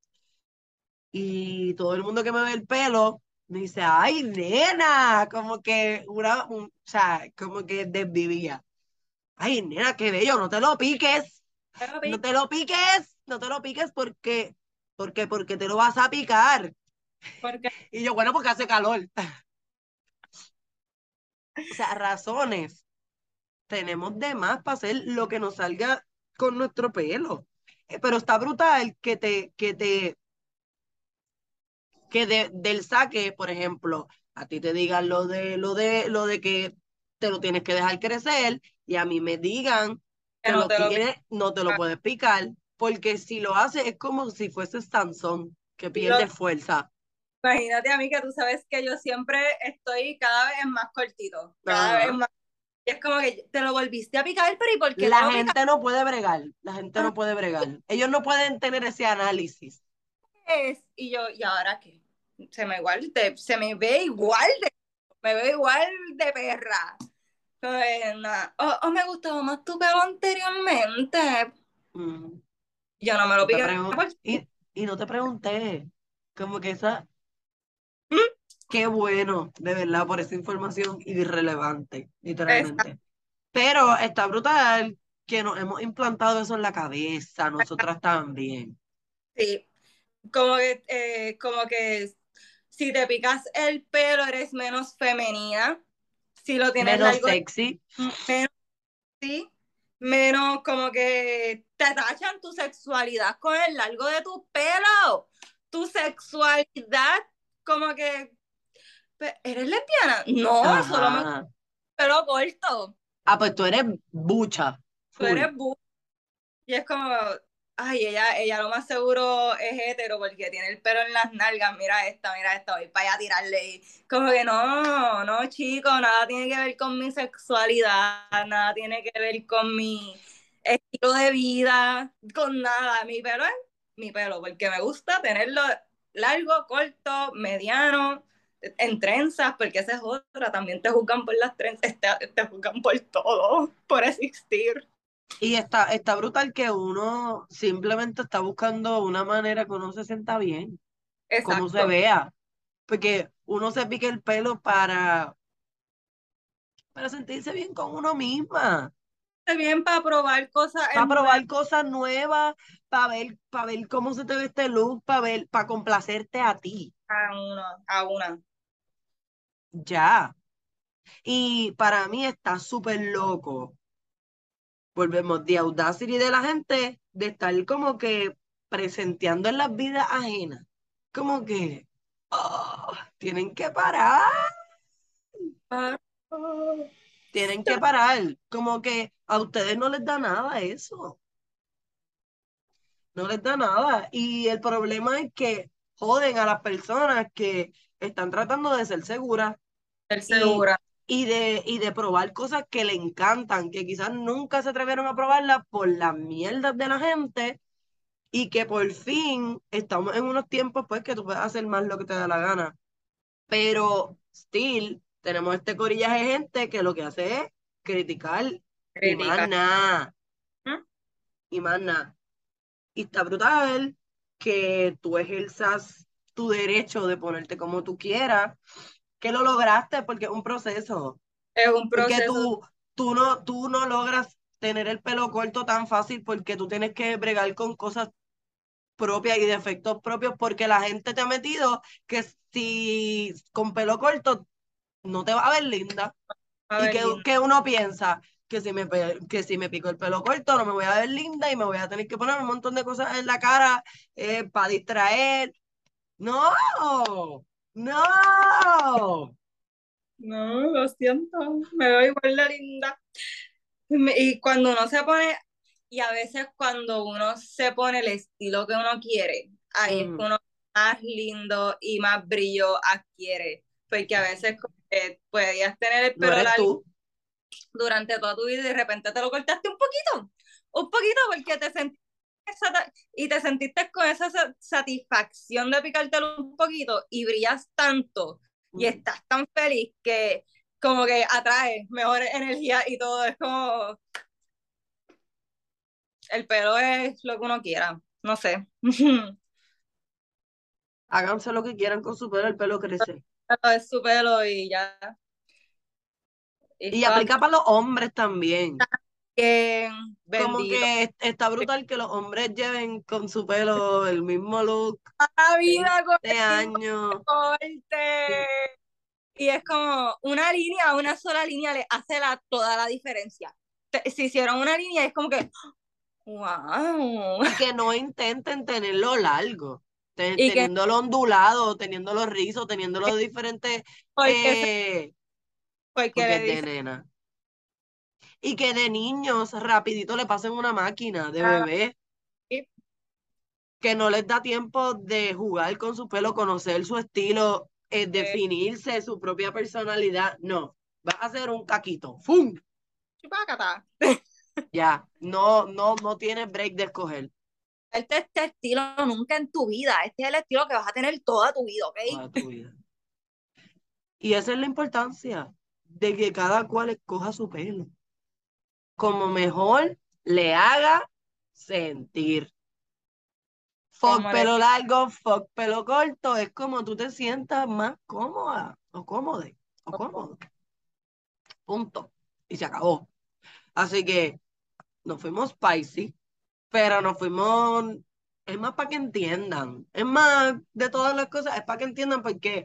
y todo el mundo que me ve el pelo me dice, ay, nena, como que una, un- o sea, como que desvivía. Ay, nena, qué bello, no te lo piques, no te lo piques, no te lo piques porque, porque, porque te lo vas a picar. Porque Y yo, bueno, porque hace calor. O sea, razones tenemos de más para hacer lo que nos salga con nuestro pelo. Eh, Pero está brutal que te, que te, que de, del saque, por ejemplo, a ti te digan lo de, lo de, lo de que te lo tienes que dejar crecer y a mí me digan que que no lo te lo tienes, no te lo puedes picar, porque si lo haces es como si fueses Sansón, que pierde pido. fuerza. Imagínate a mí que tú sabes que yo siempre estoy cada vez más cortito, cada vez Ajá. más. Y es como que te lo volviste a picar, pero ¿y por qué te La lo gente no puede bregar, la gente no puede bregar. Ellos no pueden tener ese análisis. picaste? Y yo, ¿y ahora qué? Se me, igual de- se me ve igual de, me veo igual de perra. Pues, nada. O, o me gustaba más tu pelo anteriormente. Mm, Yo no me lo no te piqué pregun- por y, y no te pregunté, como que esa, ¿Mm? qué bueno, de verdad, por esa información irrelevante, Exacto. literalmente. Pero está brutal que nos hemos implantado eso en la cabeza, nosotras también. Sí, como que, eh, como que si te picas el pelo eres menos femenina, si lo tienes Menos largo, sexy. menos sí, menos como que te tachan tu sexualidad con el largo de tu pelo, tu sexualidad, como que, ¿eres lesbiana? No, solo me gusta Ajá. el pelo corto, Ah, pues tú eres bucha, tú full. eres bu y es como, ay, ella, ella lo más seguro es hetero porque tiene el pelo en las nalgas, mira esta, mira esta, voy para allá a tirarle. Y como que no, no, chico, nada tiene que ver con mi sexualidad, nada tiene que ver con mi estilo de vida, con nada. Mi pelo es mi pelo, porque me gusta tenerlo largo, corto, mediano, en trenzas, porque esa es otra, también te juzgan por las trenzas, te, te juzgan por todo, por existir. Y está, está brutal que uno simplemente está buscando una manera que uno se sienta bien, cómo se Exacto. vea. Porque uno se pique el pelo para, para sentirse bien con uno misma, Bien para probar cosas para en nuevas probar cosas nuevas, para ver, para ver cómo se te ve este look, para ver, para complacerte a ti. a una, a una. Ya. Y para mí está súper loco. Volvemos de Audacity de la gente, de estar como que presenteando en las vidas ajenas. Como que oh, tienen que parar, Ah, tienen que parar. Como que a ustedes no les da nada eso, no les da nada. Y el problema es que joden a las personas que están tratando de ser seguras Estoy y, segura. y de, y de probar cosas que le encantan, que quizás nunca se atrevieron a probarlas por las mierdas de la gente y que por fin estamos en unos tiempos pues que tú puedes hacer más lo que te da la gana. Pero still tenemos este corillaje de gente que lo que hace es criticar y más Crítica. nada, ¿Mm? y más nada. Y está brutal que tú ejerzas tu derecho de ponerte como tú quieras, que lo lograste porque es un proceso. Es un Porque proceso. tú, tú no, tú no logras tener el pelo corto tan fácil porque tú tienes que bregar con cosas propias y defectos propios porque la gente te ha metido que si con pelo corto no te va a ver linda A y ver, que, lindo. que uno piensa que si me pe- que si me pico el pelo corto no me voy a ver linda y me voy a tener que poner un montón de cosas en la cara eh, para distraer. No, no. No, lo siento. Me veo igual de linda. Me- Y cuando uno se pone, y a veces cuando uno se pone el estilo que uno quiere, ahí es que Mm, uno más lindo y más brillo adquiere. Porque a veces como que podías tener el no pelo eres largo tú. durante toda tu vida y de repente te lo cortaste un poquito, un poquito porque te sentiste y te sentiste con esa satisfacción de picártelo un poquito y brillas tanto y Mm. estás tan feliz que como que atrae mejor energía y todo es como el pelo es lo que uno quiera, no sé. Háganse lo que quieran con su pelo, el pelo crece. Es su pelo y ya. Y Y fuck, aplica para los hombres también. bien, Como bendito. que es- está brutal que los hombres lleven con su pelo el mismo look, La vida con veinte el mismo años. corte. Y es como una línea, una sola línea le hace la, toda la diferencia. Te- Si hicieron una línea es como que, wow. Y que no intenten tenerlo largo, te- Y que teniéndolo ondulado, teniéndolo rizo, teniéndolo diferente, porque, se- eh, porque porque le es de dicen, nena. Y que de niños rapidito le pasen una máquina de ah, bebé, que no les da tiempo de jugar con su pelo, conocer su estilo, eh, eh, definirse su propia personalidad. No, vas a hacer un caquito. ¡Fum! chupácata. Ya, no, no, no tienes break de escoger Este, este estilo nunca en tu vida. Este es el estilo que vas a tener toda tu vida, ¿ok? toda tu vida. Y esa es la importancia de que cada cual escoja su pelo, como mejor le haga sentir. Fuck Como le... pelo largo, fuck pelo corto, es como tú te sientas más cómoda o cómodo o cómodo. Punto. Y se acabó. Así que nos fuimos spicy, pero nos fuimos, es más para que entiendan. Es más de todas las cosas, es para que entiendan porque,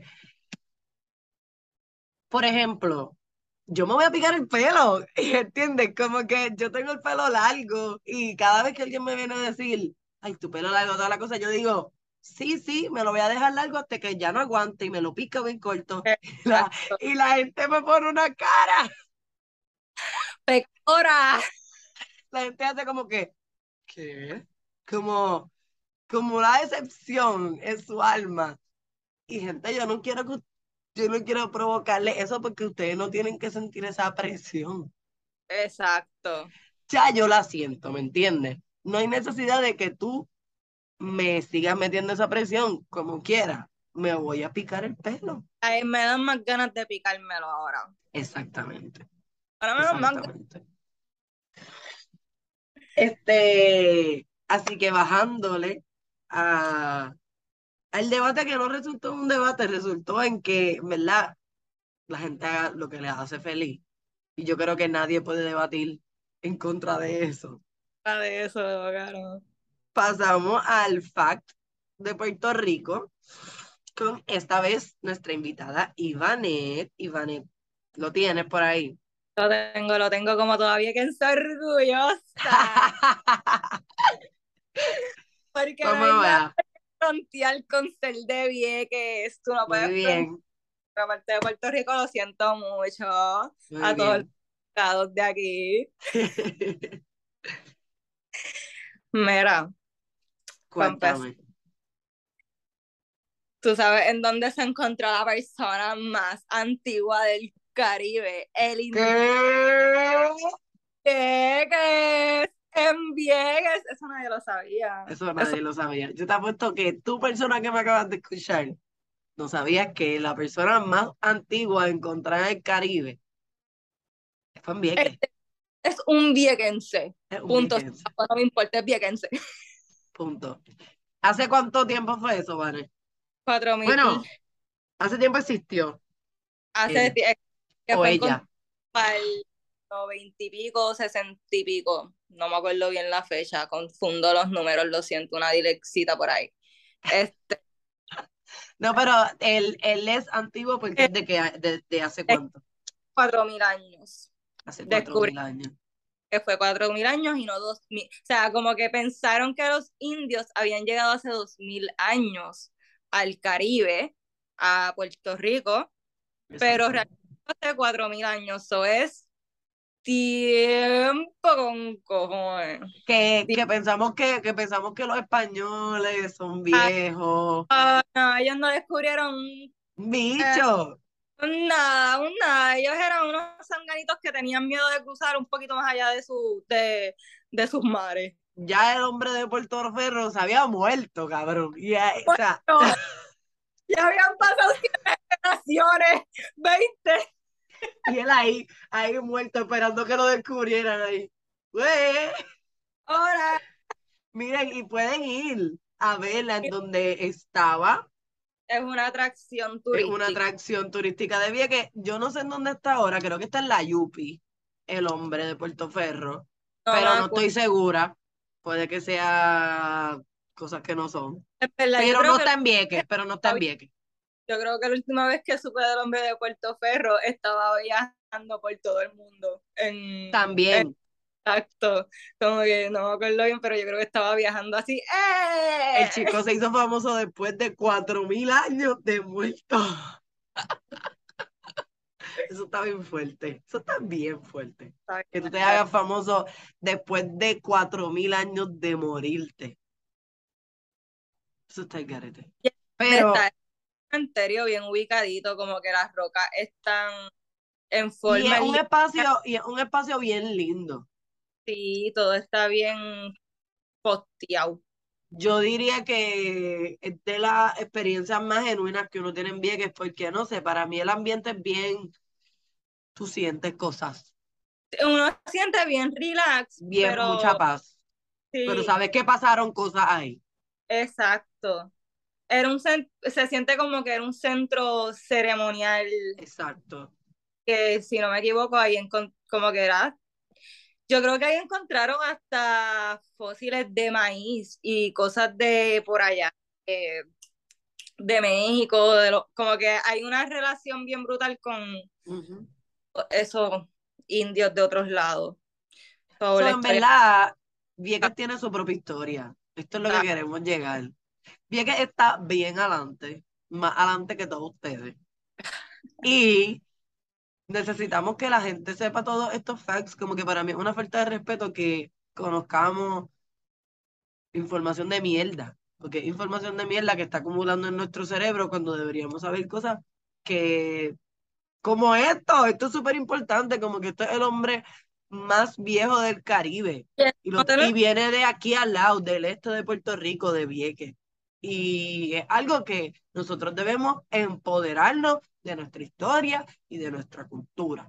por ejemplo, yo me voy a picar el pelo, y entiendes, como que yo tengo el pelo largo y cada vez que alguien me viene a decir, ay, tu pelo largo, toda la cosa, yo digo, sí, sí, me lo voy a dejar largo hasta que ya no aguante y me lo pico bien corto. Y la, Exacto. y la gente me pone una cara, Pecora. la gente hace como que, ¿qué? Como, como la decepción en su alma. Y gente, yo no quiero que, yo no quiero provocarle eso porque ustedes no tienen que sentir esa presión. Exacto. Ya yo la siento, ¿me entiendes? No hay necesidad de que tú me sigas metiendo esa presión como quiera. Me voy a picar el pelo. Ay, me dan más ganas de picármelo ahora. Exactamente, Ahora me dan más ganas. exactamente. Este, así que bajándole a, al debate que no resultó en un debate, resultó en que, ¿verdad? La gente haga lo que les hace feliz. Y yo creo que nadie puede debatir en contra de eso. De eso, claro. Pasamos al fact de Puerto Rico con esta vez nuestra invitada Ivanet. Ivanet, ¿lo tienes por ahí? Lo tengo, lo tengo como todavía que estoy orgullosa. Porque no Vamos hay a nada ver. que frontear con ser de Vieques. Tú no Muy puedes frontear bien, la parte de Puerto Rico, lo siento mucho muy a todos los bien. estados de aquí. Mira, para empezar, Cuéntame. tú sabes en dónde se encontró la persona más antigua del Caribe, el ¿Qué? Vieques, en Vieques, eso nadie lo sabía. Eso Eso nadie lo sabía. Yo te apuesto que tú, persona que me acabas de escuchar, no sabías que la persona más antigua encontrada en el Caribe fue en es, Vieques. es un viequense. Es un Punto. viequense. No me importa, es viequense. Punto. ¿Hace cuánto tiempo fue eso, Vane? Cuatro mil, Bueno, hace tiempo existió hace él tie- que o fue ella. encontrado para el noventa y pico, sesenta y pico. No me acuerdo bien la fecha, confundo los números, lo siento, una dilexita por ahí. Este, No, pero él, él es antiguo porque es es de que de, de hace cuánto. cuatro mil años. Hace cuatro Descubrí mil años. que fue cuatro mil años y no dos mil. O sea, como que pensaron que los indios habían llegado hace dos mil años al Caribe, a Puerto Rico, pero Exacto. realmente hace cuatro mil años. Eso es tiempo con cojones. Que, que pensamos que, que pensamos que los españoles son Ah, viejos. no, ellos no descubrieron eh, Bicho. un nada, un nada. Ellos eran unos sanganitos que tenían miedo de cruzar un poquito más allá de, su, de, de sus mares. Ya el hombre de Puerto Ferro se había muerto, cabrón. Y, eh, o sea, Bueno, ya habían pasado siete generaciones, veinte. y él ahí, ahí muerto, esperando que lo descubrieran ahí. Güey, Ahora miren, y pueden ir a verla en donde estaba. es una atracción Es una turística. atracción turística de Vieques. Yo no sé en dónde está ahora, creo que está en la Yupi, el hombre de Puerto Ferro, No me pero no acuerdo. estoy segura. Puede que sea cosas que no son. Es verdad, yo Pero creo no que está en Vieques, pero no está en Vieques. yo creo que la última vez que supe del hombre de Puerto Ferro estaba viajando por todo el mundo. En, en También. acto. Como que no me acuerdo bien, pero yo creo que estaba viajando así. El ¡Eh! chico se hizo famoso después de cuatro mil años de muerto. Eso está bien fuerte. Eso está bien fuerte. Que tú te hagas famoso después de cuatro mil años de morirte. Eso está el garete. Está Pero el cementerio bien ubicadito, como que las rocas están en Y forma es en un línea. espacio, y es un espacio bien lindo. Sí, todo está bien posteado. Yo diría que es de las experiencias más genuinas que uno tiene en Vieques, porque no sé, para mí el ambiente es bien, tú sientes cosas, Uno se siente bien relax, bien mucha pero paz, pero sí, sabes que pasaron cosas ahí. exacto. Era un cen- se siente como que era un centro ceremonial Exacto. que, si no me equivoco, ahí encon- como que era. Yo creo que ahí encontraron hasta fósiles de maíz y cosas de por allá, eh, de México, de lo, como que hay una relación bien brutal con Ujú. esos indios de otros lados. Toda So, la en historia. verdad, Vieques tiene su propia historia. Esto es lo que queremos llegar. Vieques está bien adelante, más adelante que todos ustedes. Y necesitamos que la gente sepa todos estos facts, como que para mí es una falta de respeto que conozcamos información de mierda, porque es información de mierda que está acumulando en nuestro cerebro cuando deberíamos saber cosas que, como esto, esto es súper importante, como que esto es el hombre más viejo del Caribe y, lo, No te lo- y viene de aquí al lado, del este de Puerto Rico, de Vieques. Y es algo que nosotros debemos empoderarnos de nuestra historia y de nuestra cultura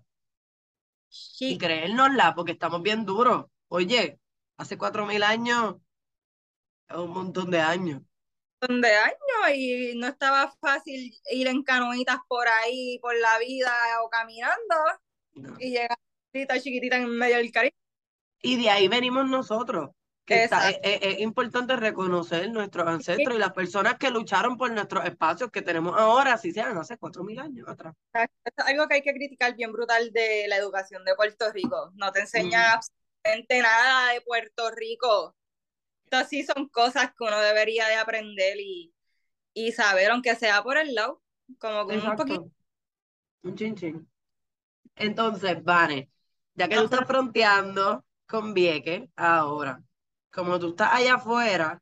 y Sí, creérnosla, porque estamos bien duros. Oye, hace cuatro mil años es un montón de años. de años y no estaba fácil ir en canoitas por ahí, por la vida o caminando No. y llegar chiquitita, chiquitita en medio del Caribe. Y de ahí venimos nosotros, que está, es, Exacto. es- es importante reconocer nuestros ancestros y las personas que lucharon por nuestros espacios que tenemos ahora, así sean hace cuatro mil años atrás. Esto es algo que hay que criticar bien brutal de la educación de Puerto Rico. No te Mm, enseña absolutamente nada de Puerto Rico. Estas sí son cosas que uno debería de aprender y, y saber, aunque sea por el lado, como que un poquito. exacto, un chin chin. Entonces, Vane, ya que tú No, estás fronteando con Vieques, ahora, como tú estás allá afuera,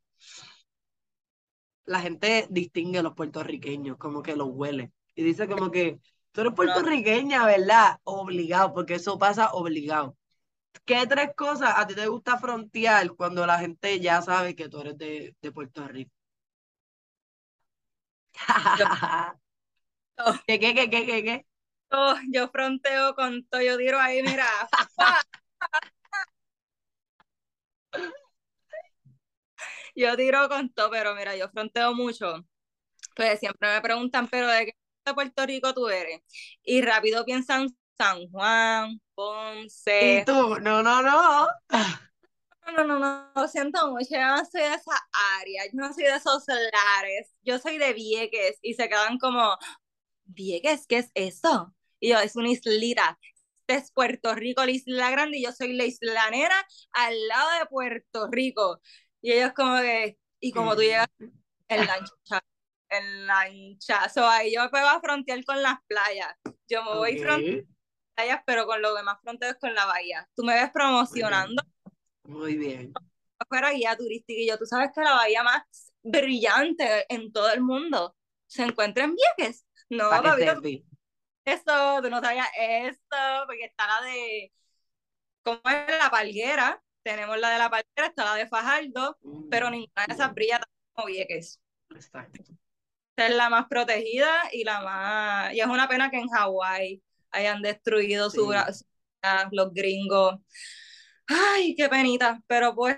la gente distingue a los puertorriqueños, como que los huele. Y dice como que, tú eres no, puertorriqueña, ¿verdad? Obligado, porque eso pasa obligado. ¿Qué tres cosas a ti te gusta frontear cuando la gente ya sabe que tú eres de, de Puerto Rico? yo, ¿Qué, qué, qué, qué, qué, qué? yo, yo fronteo con todo, yo tiro ahí, mira, ¡fua! Yo tiro con todo, pero mira, yo fronteo mucho. Pues siempre me preguntan, pero ¿de qué parte de Puerto Rico tú eres? Y rápido piensan San Juan, ¿Y Ponce. tú? No, no, no. No, no, no, no, lo siento mucho, yo no soy de esa área, yo no soy de esos lares, yo soy de Vieques y se quedan como, Vieques, ¿qué es eso? Y yo, es una islita, este es Puerto Rico, la isla grande, y yo soy la islanera al lado de Puerto Rico. Y ellos como que, y como tú llegas ¿Qué? en lancha, en lancha, so, ahí yo me pego a frontear con las playas, yo me Ok, voy fronteando playas, pero con lo demás fronteo es con la bahía. Tú me ves muy promocionando bien, muy bien. fuera guía turística y yo, tú sabes que la bahía más brillante en todo el mundo se encuentra en Vieques. No, Para que papito, sepas. eso, tú no sabías esto, porque está la de, ¿cómo es la Palguera? Tenemos la de la Palguera, está la de Fajardo, pero Mm, ninguna de esas no, brilla tanto como Vieques. exacto. Esta es la más protegida y la más, y es una pena que en Hawái hayan destruido su, Sí. su- los gringos. Ay, qué penita, pero pues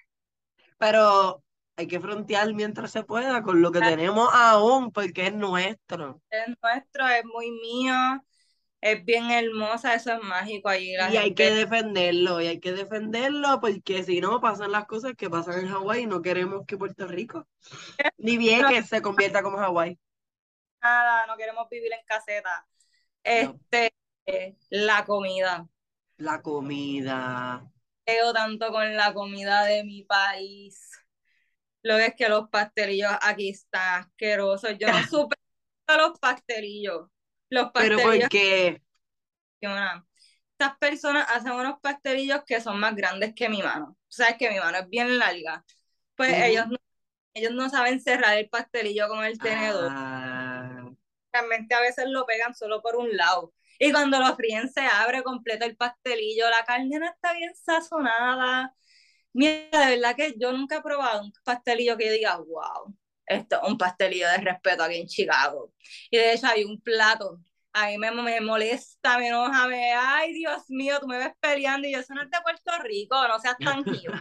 Pero hay que frontear mientras se pueda con lo que tenemos aún, porque es nuestro. es nuestro, es muy mío, es bien hermosa, eso es mágico allí, la Y hay que gente. defenderlo, y hay que defenderlo, porque si no pasan las cosas que pasan en Hawái y no queremos que Puerto Rico ni No, Vieques se convierta como Hawái. nada, no queremos vivir en caseta. No, Este, eh, la comida. la comida. Veo tanto con la comida de mi país. Lo que es que los pastelillos aquí están asquerosos. Yo no supe los pastelillos. Los Pero pastelillos porque, funcionan. Estas personas hacen unos pastelillos que son más grandes que mi mano. Sabes que mi mano es bien larga. Pues ellos ujú. no, ellos no saben cerrar el pastelillo con el tenedor. Ah, Realmente a veces lo pegan solo por un lado. Y cuando lo fríen se abre completo el pastelillo, la carne no está bien sazonada. Mira, de verdad que yo nunca he probado un pastelillo que yo diga, wow, esto es un pastelillo de respeto aquí en Chicago. Y de hecho hay un plato, a mí me, me molesta, me enoja, me, ay Dios mío, tú me ves peleando y yo, eso no es de Puerto Rico, no seas tan jibo.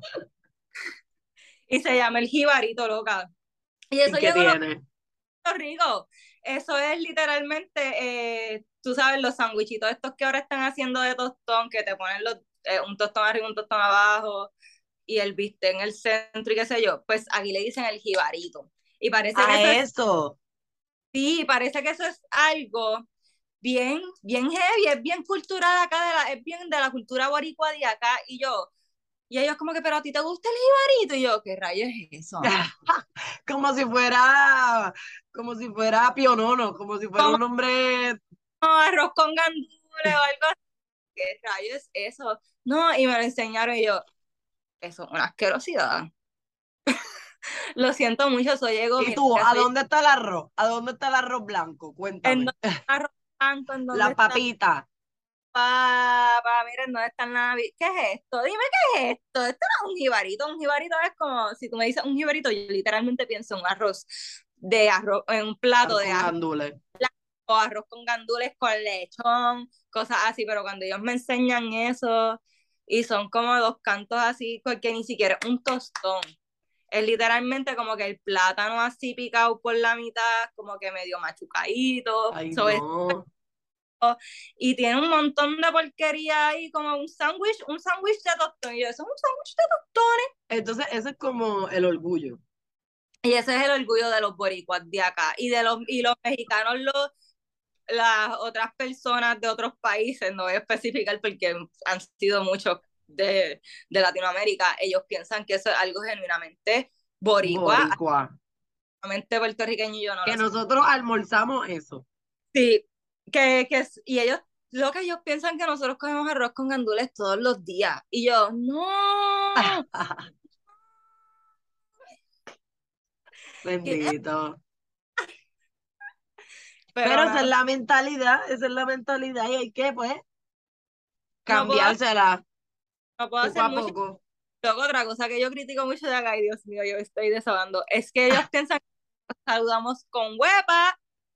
Y se llama el jibarito, loca. Y ¿Y eso qué llegó a tiene? Puerto Rico. Eso es literalmente, eh, tú sabes, los sandwichitos estos que ahora están haciendo de tostón, que te ponen los, eh, un tostón arriba, un tostón abajo, y el bistec en el centro y qué sé yo, pues aquí le dicen el jibarito. Y parece que A eso es, eso. sí, parece que eso es algo bien, bien heavy, es bien cultural acá, de la, es bien de la cultura boricua de acá, y yo, y ellos como que, pero a ti te gusta el jibarito, y yo, ¿qué rayos es eso? Como si fuera, como si fuera pionono, como si fuera Como un hombre. arroz con gandules o algo así, ¿qué rayos es eso? No, y me lo enseñaron y yo, eso es una asquerosidad. Lo siento mucho, soy ego, ¿Y mira, tú, a soy dónde está el arroz? ¿A dónde está el arroz blanco? en Cuéntame. dónde está arroz blanco, en dónde La está papita. papa, miren dónde está el navi. ¿Qué es esto? Dime qué es esto. Esto no es un jibarito. Un jibarito es como, si tú me dices un jibarito, yo literalmente pienso en un arroz de arroz, en un plato Arroz de con arroz gandules. o arroz con gandules con lechón, cosas así, pero cuando ellos me enseñan eso y son como dos cantos así, porque ni siquiera es un tostón. Es literalmente como que el plátano así picado por la mitad, como que medio machucadito, Ay, sobre no. y tiene un montón de porquería ahí, como un sándwich, un sándwich de tostones. Y yo, eso es un sándwich de tostones. Entonces, ese es como el orgullo. Y ese es el orgullo de los boricuas de acá. Y de los, y los mexicanos, los, las otras personas de otros países, no voy a especificar porque han sido muchos de, de Latinoamérica, ellos piensan que eso es algo genuinamente boricua, Boricua. genuinamente puertorriqueño y yo no Que lo sé. nosotros almorzamos eso. Sí, que, que, y ellos, lo que ellos piensan que nosotros comemos arroz con gandules todos los días. Y yo, no, que- Bendito. Pero pero esa es nada, la mentalidad, esa es la mentalidad y hay que, pues, no puedo, cambiársela no puedo poco hacer a mucho. poco. Luego, otra cosa que yo critico mucho de acá, y Dios mío, yo estoy desahogando, es que ellos piensan que saludamos con huepa,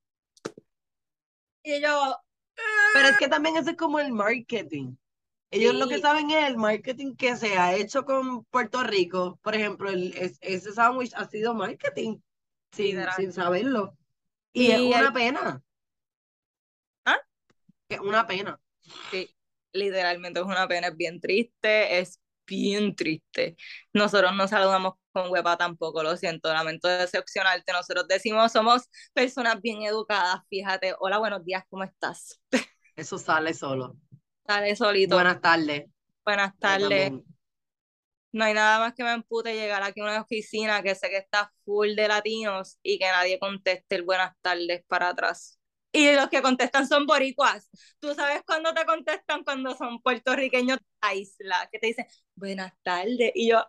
y yo, Pero es que también ese es como el marketing. Ellos lo que sí, saben es el marketing que se ha hecho con Puerto Rico. Por ejemplo, el, es- ese sándwich ha sido marketing sin, literal. sin saberlo. Y es Y el, una pena, ¿ah? es una pena. Sí, literalmente es una pena, es bien triste, es bien triste. Nosotros no saludamos con huepa tampoco, lo siento, lamento decepcionarte. Nosotros decimos, somos personas bien educadas, fíjate. Hola, buenos días, ¿cómo estás? Eso sale solo. Dale solito. Buenas tardes. Buenas Ahí tardes. también. No hay nada más que me empute llegar aquí a una oficina que sé que está full de latinos y que nadie conteste el buenas tardes para atrás. Y los que contestan son boricuas. Tú sabes cuándo te contestan cuando son puertorriqueños de la isla, que te dicen buenas tardes. Y yo,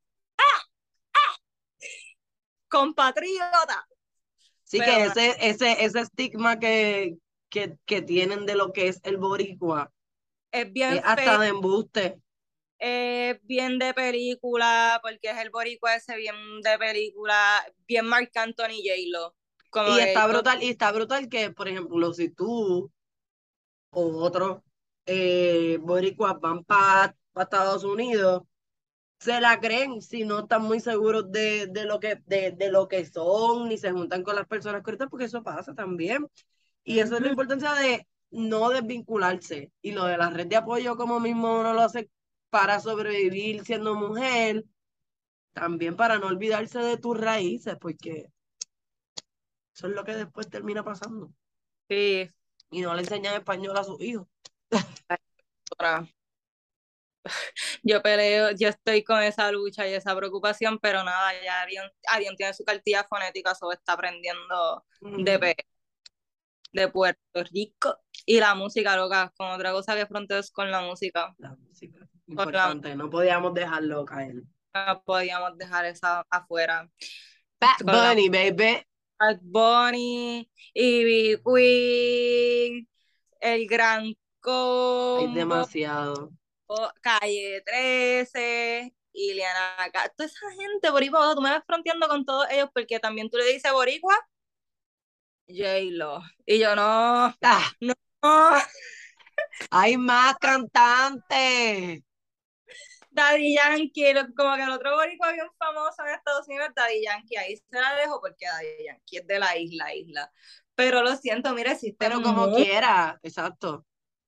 compatriota. Sí Pero que nada, ese, ese, ese estigma que, que, que tienen de lo que es el boricua es es bien feo, hasta de embuste. es bien de película, porque es el boricua ese bien de película, bien Marc Anthony J-Lo. Como Y está que yo, brutal, y está brutal que, por ejemplo, si tú o otros eh, boricuas van para Estados Unidos, se la creen si no están muy seguros de, de lo que, de, de lo que son, ni se juntan con las personas correctas, porque eso pasa también. Y eso es la ujú, importancia de no desvincularse. Y lo de la red de apoyo, como mismo uno lo hace para sobrevivir siendo mujer, también para no olvidarse de tus raíces, porque eso es lo que después termina pasando. sí, Y no le enseñan español a sus hijos. otra. Yo peleo, yo estoy con esa lucha y esa preocupación, pero nada, ya Arión, Arión tiene su cartilla fonética, solo está aprendiendo de, Ujú. P- de Puerto Rico. Y la música, loca, con otra cosa que fronteo es con la música. La música, Con la importante, no podíamos dejarlo caer. música no podíamos dejar esa afuera. Bad Con la Bunny, baby. Bad Bunny, Ivy Queen, el Gran Hay Combo, demasiado. Calle trece, Ileana, Ca- toda esa gente boricua, tú me vas fronteando con todos ellos porque también tú le dices boricua, J-Lo. Y yo no, ¡Ah! no, Hay más cantantes. Daddy Yankee, lo- como que el otro boricua bien famoso en Estados Unidos, Daddy Yankee, ahí se la dejo porque Daddy Yankee es de la isla, isla. Pero lo siento, mira, existen Pero un como quiera, exacto.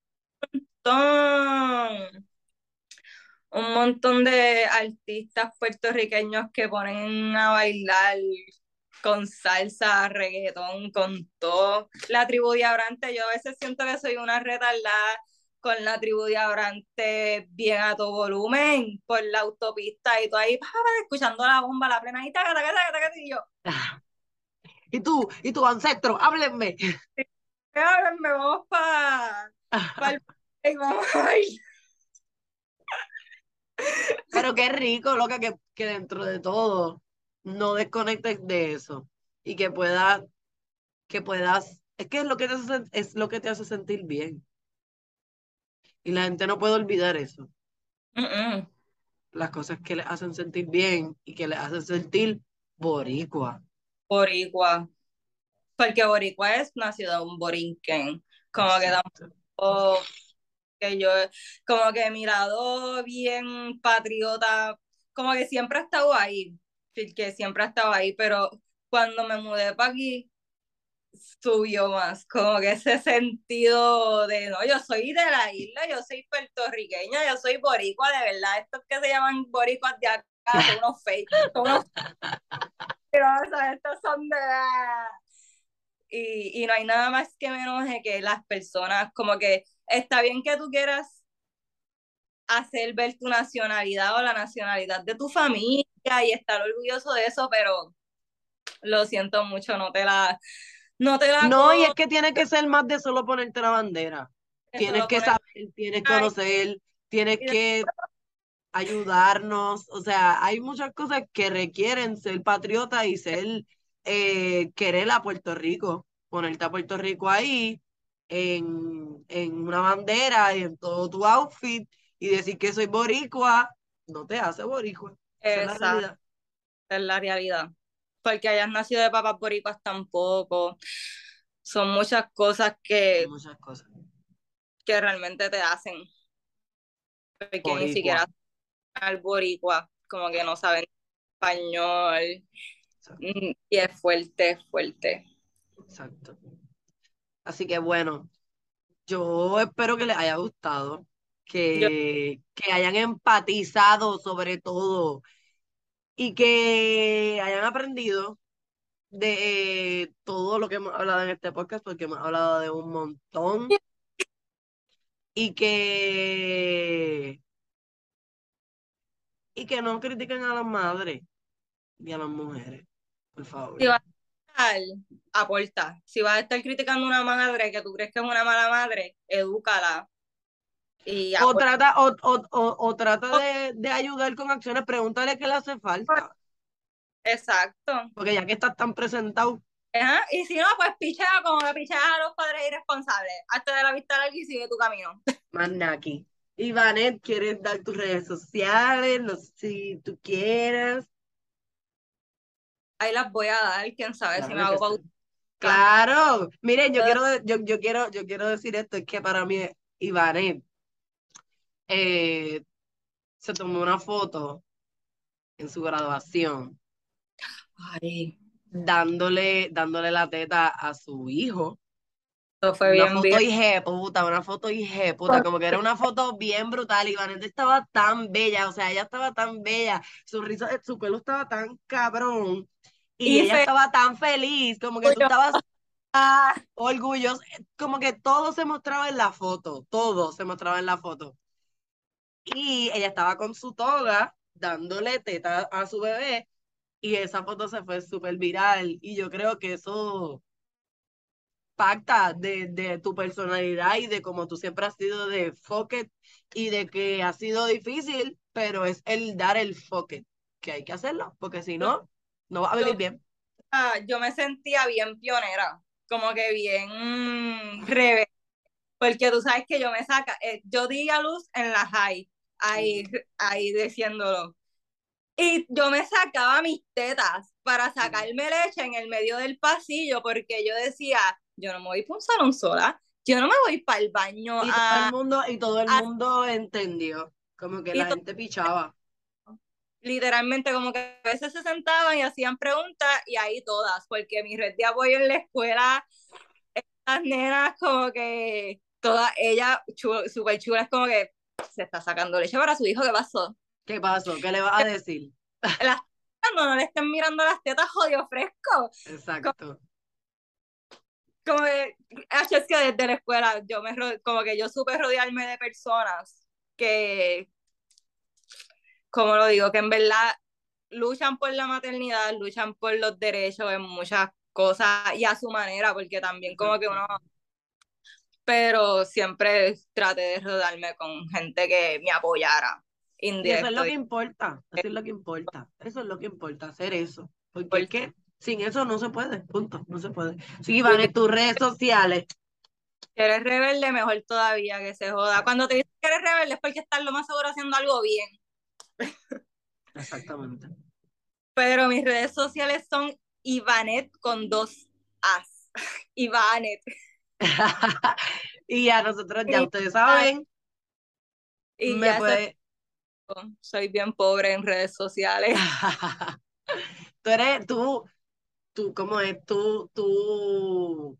montón, un montón de artistas puertorriqueños que ponen a bailar con salsa, reggaetón, con todo. La tribu de Abrante, yo a veces siento que soy una retardada con la tribu de Abrante bien a todo volumen por la autopista y tú ahí pa, pa, escuchando la bomba, la plena y taca, taca, taca, taca, y yo, Ah, y tú, y tu ancestro, háblenme. me vamos para pa el... vamos a bailar. Pero qué rico, loca, que, que dentro de todo no desconectes de eso y que puedas, que puedas, es que es lo que te hace, sen- es lo que te hace sentir bien. Y la gente no puede olvidar eso. Mm, mm. Las cosas que le hacen sentir bien y que le hacen sentir boricua. Boricua, porque Boricua es una ciudad, un borinquen, como que Exacto. tampoco que yo, como que Mirador, bien patriota, como que siempre ha estado ahí, sí, que siempre ha estado ahí, pero cuando me mudé para aquí, subió más, como que ese sentido de, no, yo soy de la isla, yo soy puertorriqueña, yo soy boricua, de verdad, estos que se llaman boricuas de acá son unos fake, son unos mentirosos, estos son de... Y, y no hay nada más que me enoje que las personas, como que está bien que tú quieras hacer ver tu nacionalidad o la nacionalidad de tu familia y estar orgulloso de eso, pero lo siento mucho, no te la, no te la No, y es co- que tiene que ser más de solo ponerte la bandera. eso Tienes lo que pones saber, tienes que ahí conocer, tienes y de- que ayudarnos. O sea, hay muchas cosas que requieren ser patriota y ser, eh, querer a Puerto Rico. Ponerte a Puerto Rico ahí en, en una bandera y en todo tu outfit y decir que soy boricua, no te hace boricua. Esa es la esa realidad. es la realidad. Porque hayas nacido de papás boricuas tampoco. Son muchas cosas Son que, muchas cosas. que realmente te hacen, porque ni Boricua. siquiera al boricua, como que no saben español. Exacto. Mm, y es fuerte, es fuerte. Exacto. Así que bueno. Yo espero que les haya gustado, Yo, que, que hayan empatizado sobre todo y que hayan aprendido de eh, todo lo que hemos hablado en este podcast, porque hemos hablado de un montón y que, y que no critiquen a las madres y a las mujeres, por favor. si vas a estar, aporta. Si vas a estar criticando a una madre que tú crees que es una mala madre, edúcala y O aporta. trata, o, o, o, o trata de, de ayudar con acciones, pregúntale qué le hace falta, Exacto. porque ya que estás tan presentado. Ajá. Y si no, pues pichea como que picheas a los padres irresponsables. Hazte de la vista larga y sigue tu camino. Manaki. Ivanet, ¿quieres dar tus redes sociales? No sé si tú quieras. Ahí las voy a dar, quién sabe si me Claro que hago sí. pauta. Claro. Miren, yo quiero, yo, yo quiero, yo quiero decir esto, es que para mí, Ivanet eh, se tomó una foto en su graduación Ay, dándole, dándole la teta a su hijo. eso fue Una bien, foto bien. puta, una foto puta, como que era una foto bien brutal. Y Vanessa estaba tan bella, o sea, ella estaba tan bella, su risa, su pelo estaba tan cabrón, y Y ella se estaba tan feliz, como que tú estabas orgulloso, como que todo se mostraba en la foto, todo se mostraba en la foto. Y ella estaba con su toga, dándole teta a su bebé, y esa foto se fue súper viral, y yo creo que eso pacta de, de tu personalidad y de cómo tú siempre has sido de fuck it y de que ha sido difícil, pero es el dar el fuck it, que hay que hacerlo, porque si no, no va a venir yo, bien. ah, yo me sentía bien pionera, como que bien rebelde, porque tú sabes que yo me saca, eh, yo di a luz en la high, ahí, ahí diciéndolo. Y yo me sacaba mis tetas para sacarme leche en el medio del pasillo, porque yo decía, yo no me voy para un salón sola, yo no me voy para el baño Y todo el a... mundo, y todo el a mundo entendió, como que y la to- gente pichaba. literalmente como que a veces se sentaban y hacían preguntas y ahí todas, porque mi red de apoyo en la escuela, las nenas como que, todas ellas súper chulas, como que se está sacando leche para su hijo, ¿qué pasó? ¿Qué pasó? ¿Qué le vas a decir? Las tetas, no, no le estén mirando las tetas, jodido fresco. Exacto. Como que, ah, es que desde la escuela yo me ro- como que yo supe rodearme de personas que, como lo digo, que en verdad luchan por la maternidad, luchan por los derechos en muchas cosas y a su manera, porque también como que Exacto. uno, pero siempre traté de rodearme con gente que me apoyara, Y eso es indirecto. lo que importa, eso es lo que importa, eso es lo que importa, hacer eso. Porque es Porque que sin eso no se puede, punto, no se puede. Sí, van en tus redes sociales. si eres rebelde, mejor todavía que se joda. Cuando te dicen que eres rebelde es porque estás lo más seguro haciendo algo bien. Exactamente. Pero mis redes sociales son Ivanet con dos As. Ivanet. Y a nosotros, ya Y, ustedes saben, y me ya eso es puede. todo. Soy bien pobre en redes sociales. Tú eres, tú, tú, ¿cómo es? Tú, tú,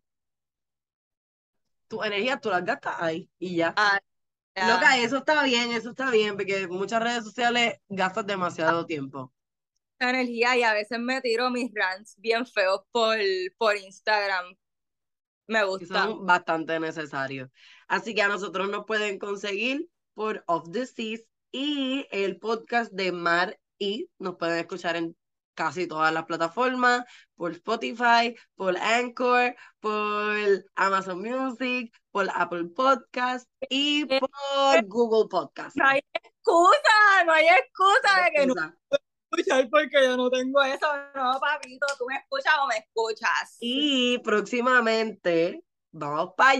tu energía, tú las gastas ahí y ya. Ah, Loca, ya. eso está bien, eso está bien, porque muchas redes sociales gastas demasiado tiempo Energía y a veces me tiro mis rants bien feos por, por Instagram. Me y gustan. son bastante necesarios. Así que a nosotros nos pueden conseguir por Off the Seas y el podcast de Mar y nos pueden escuchar en casi todas las plataformas, por Spotify, por Anchor, por Amazon Music, por Apple Podcast y Eh, por Google Podcast. No hay excusa, no hay No hay excusa de que no excusa. escuchar porque yo no tengo eso. No, papito, tú me escuchas o me escuchas. Y próximamente vamos para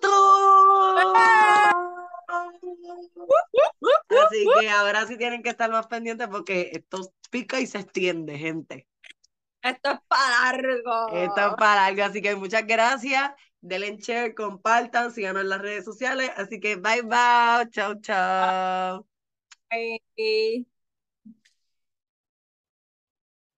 YouTube. Así que ahora sí tienen que estar más pendientes porque esto pica y se extiende, gente. Esto es para Esto es largo. para algo, así que muchas gracias. Denle share, compartan, síganos en las redes sociales. Así que bye bye, chao, chao. Ay.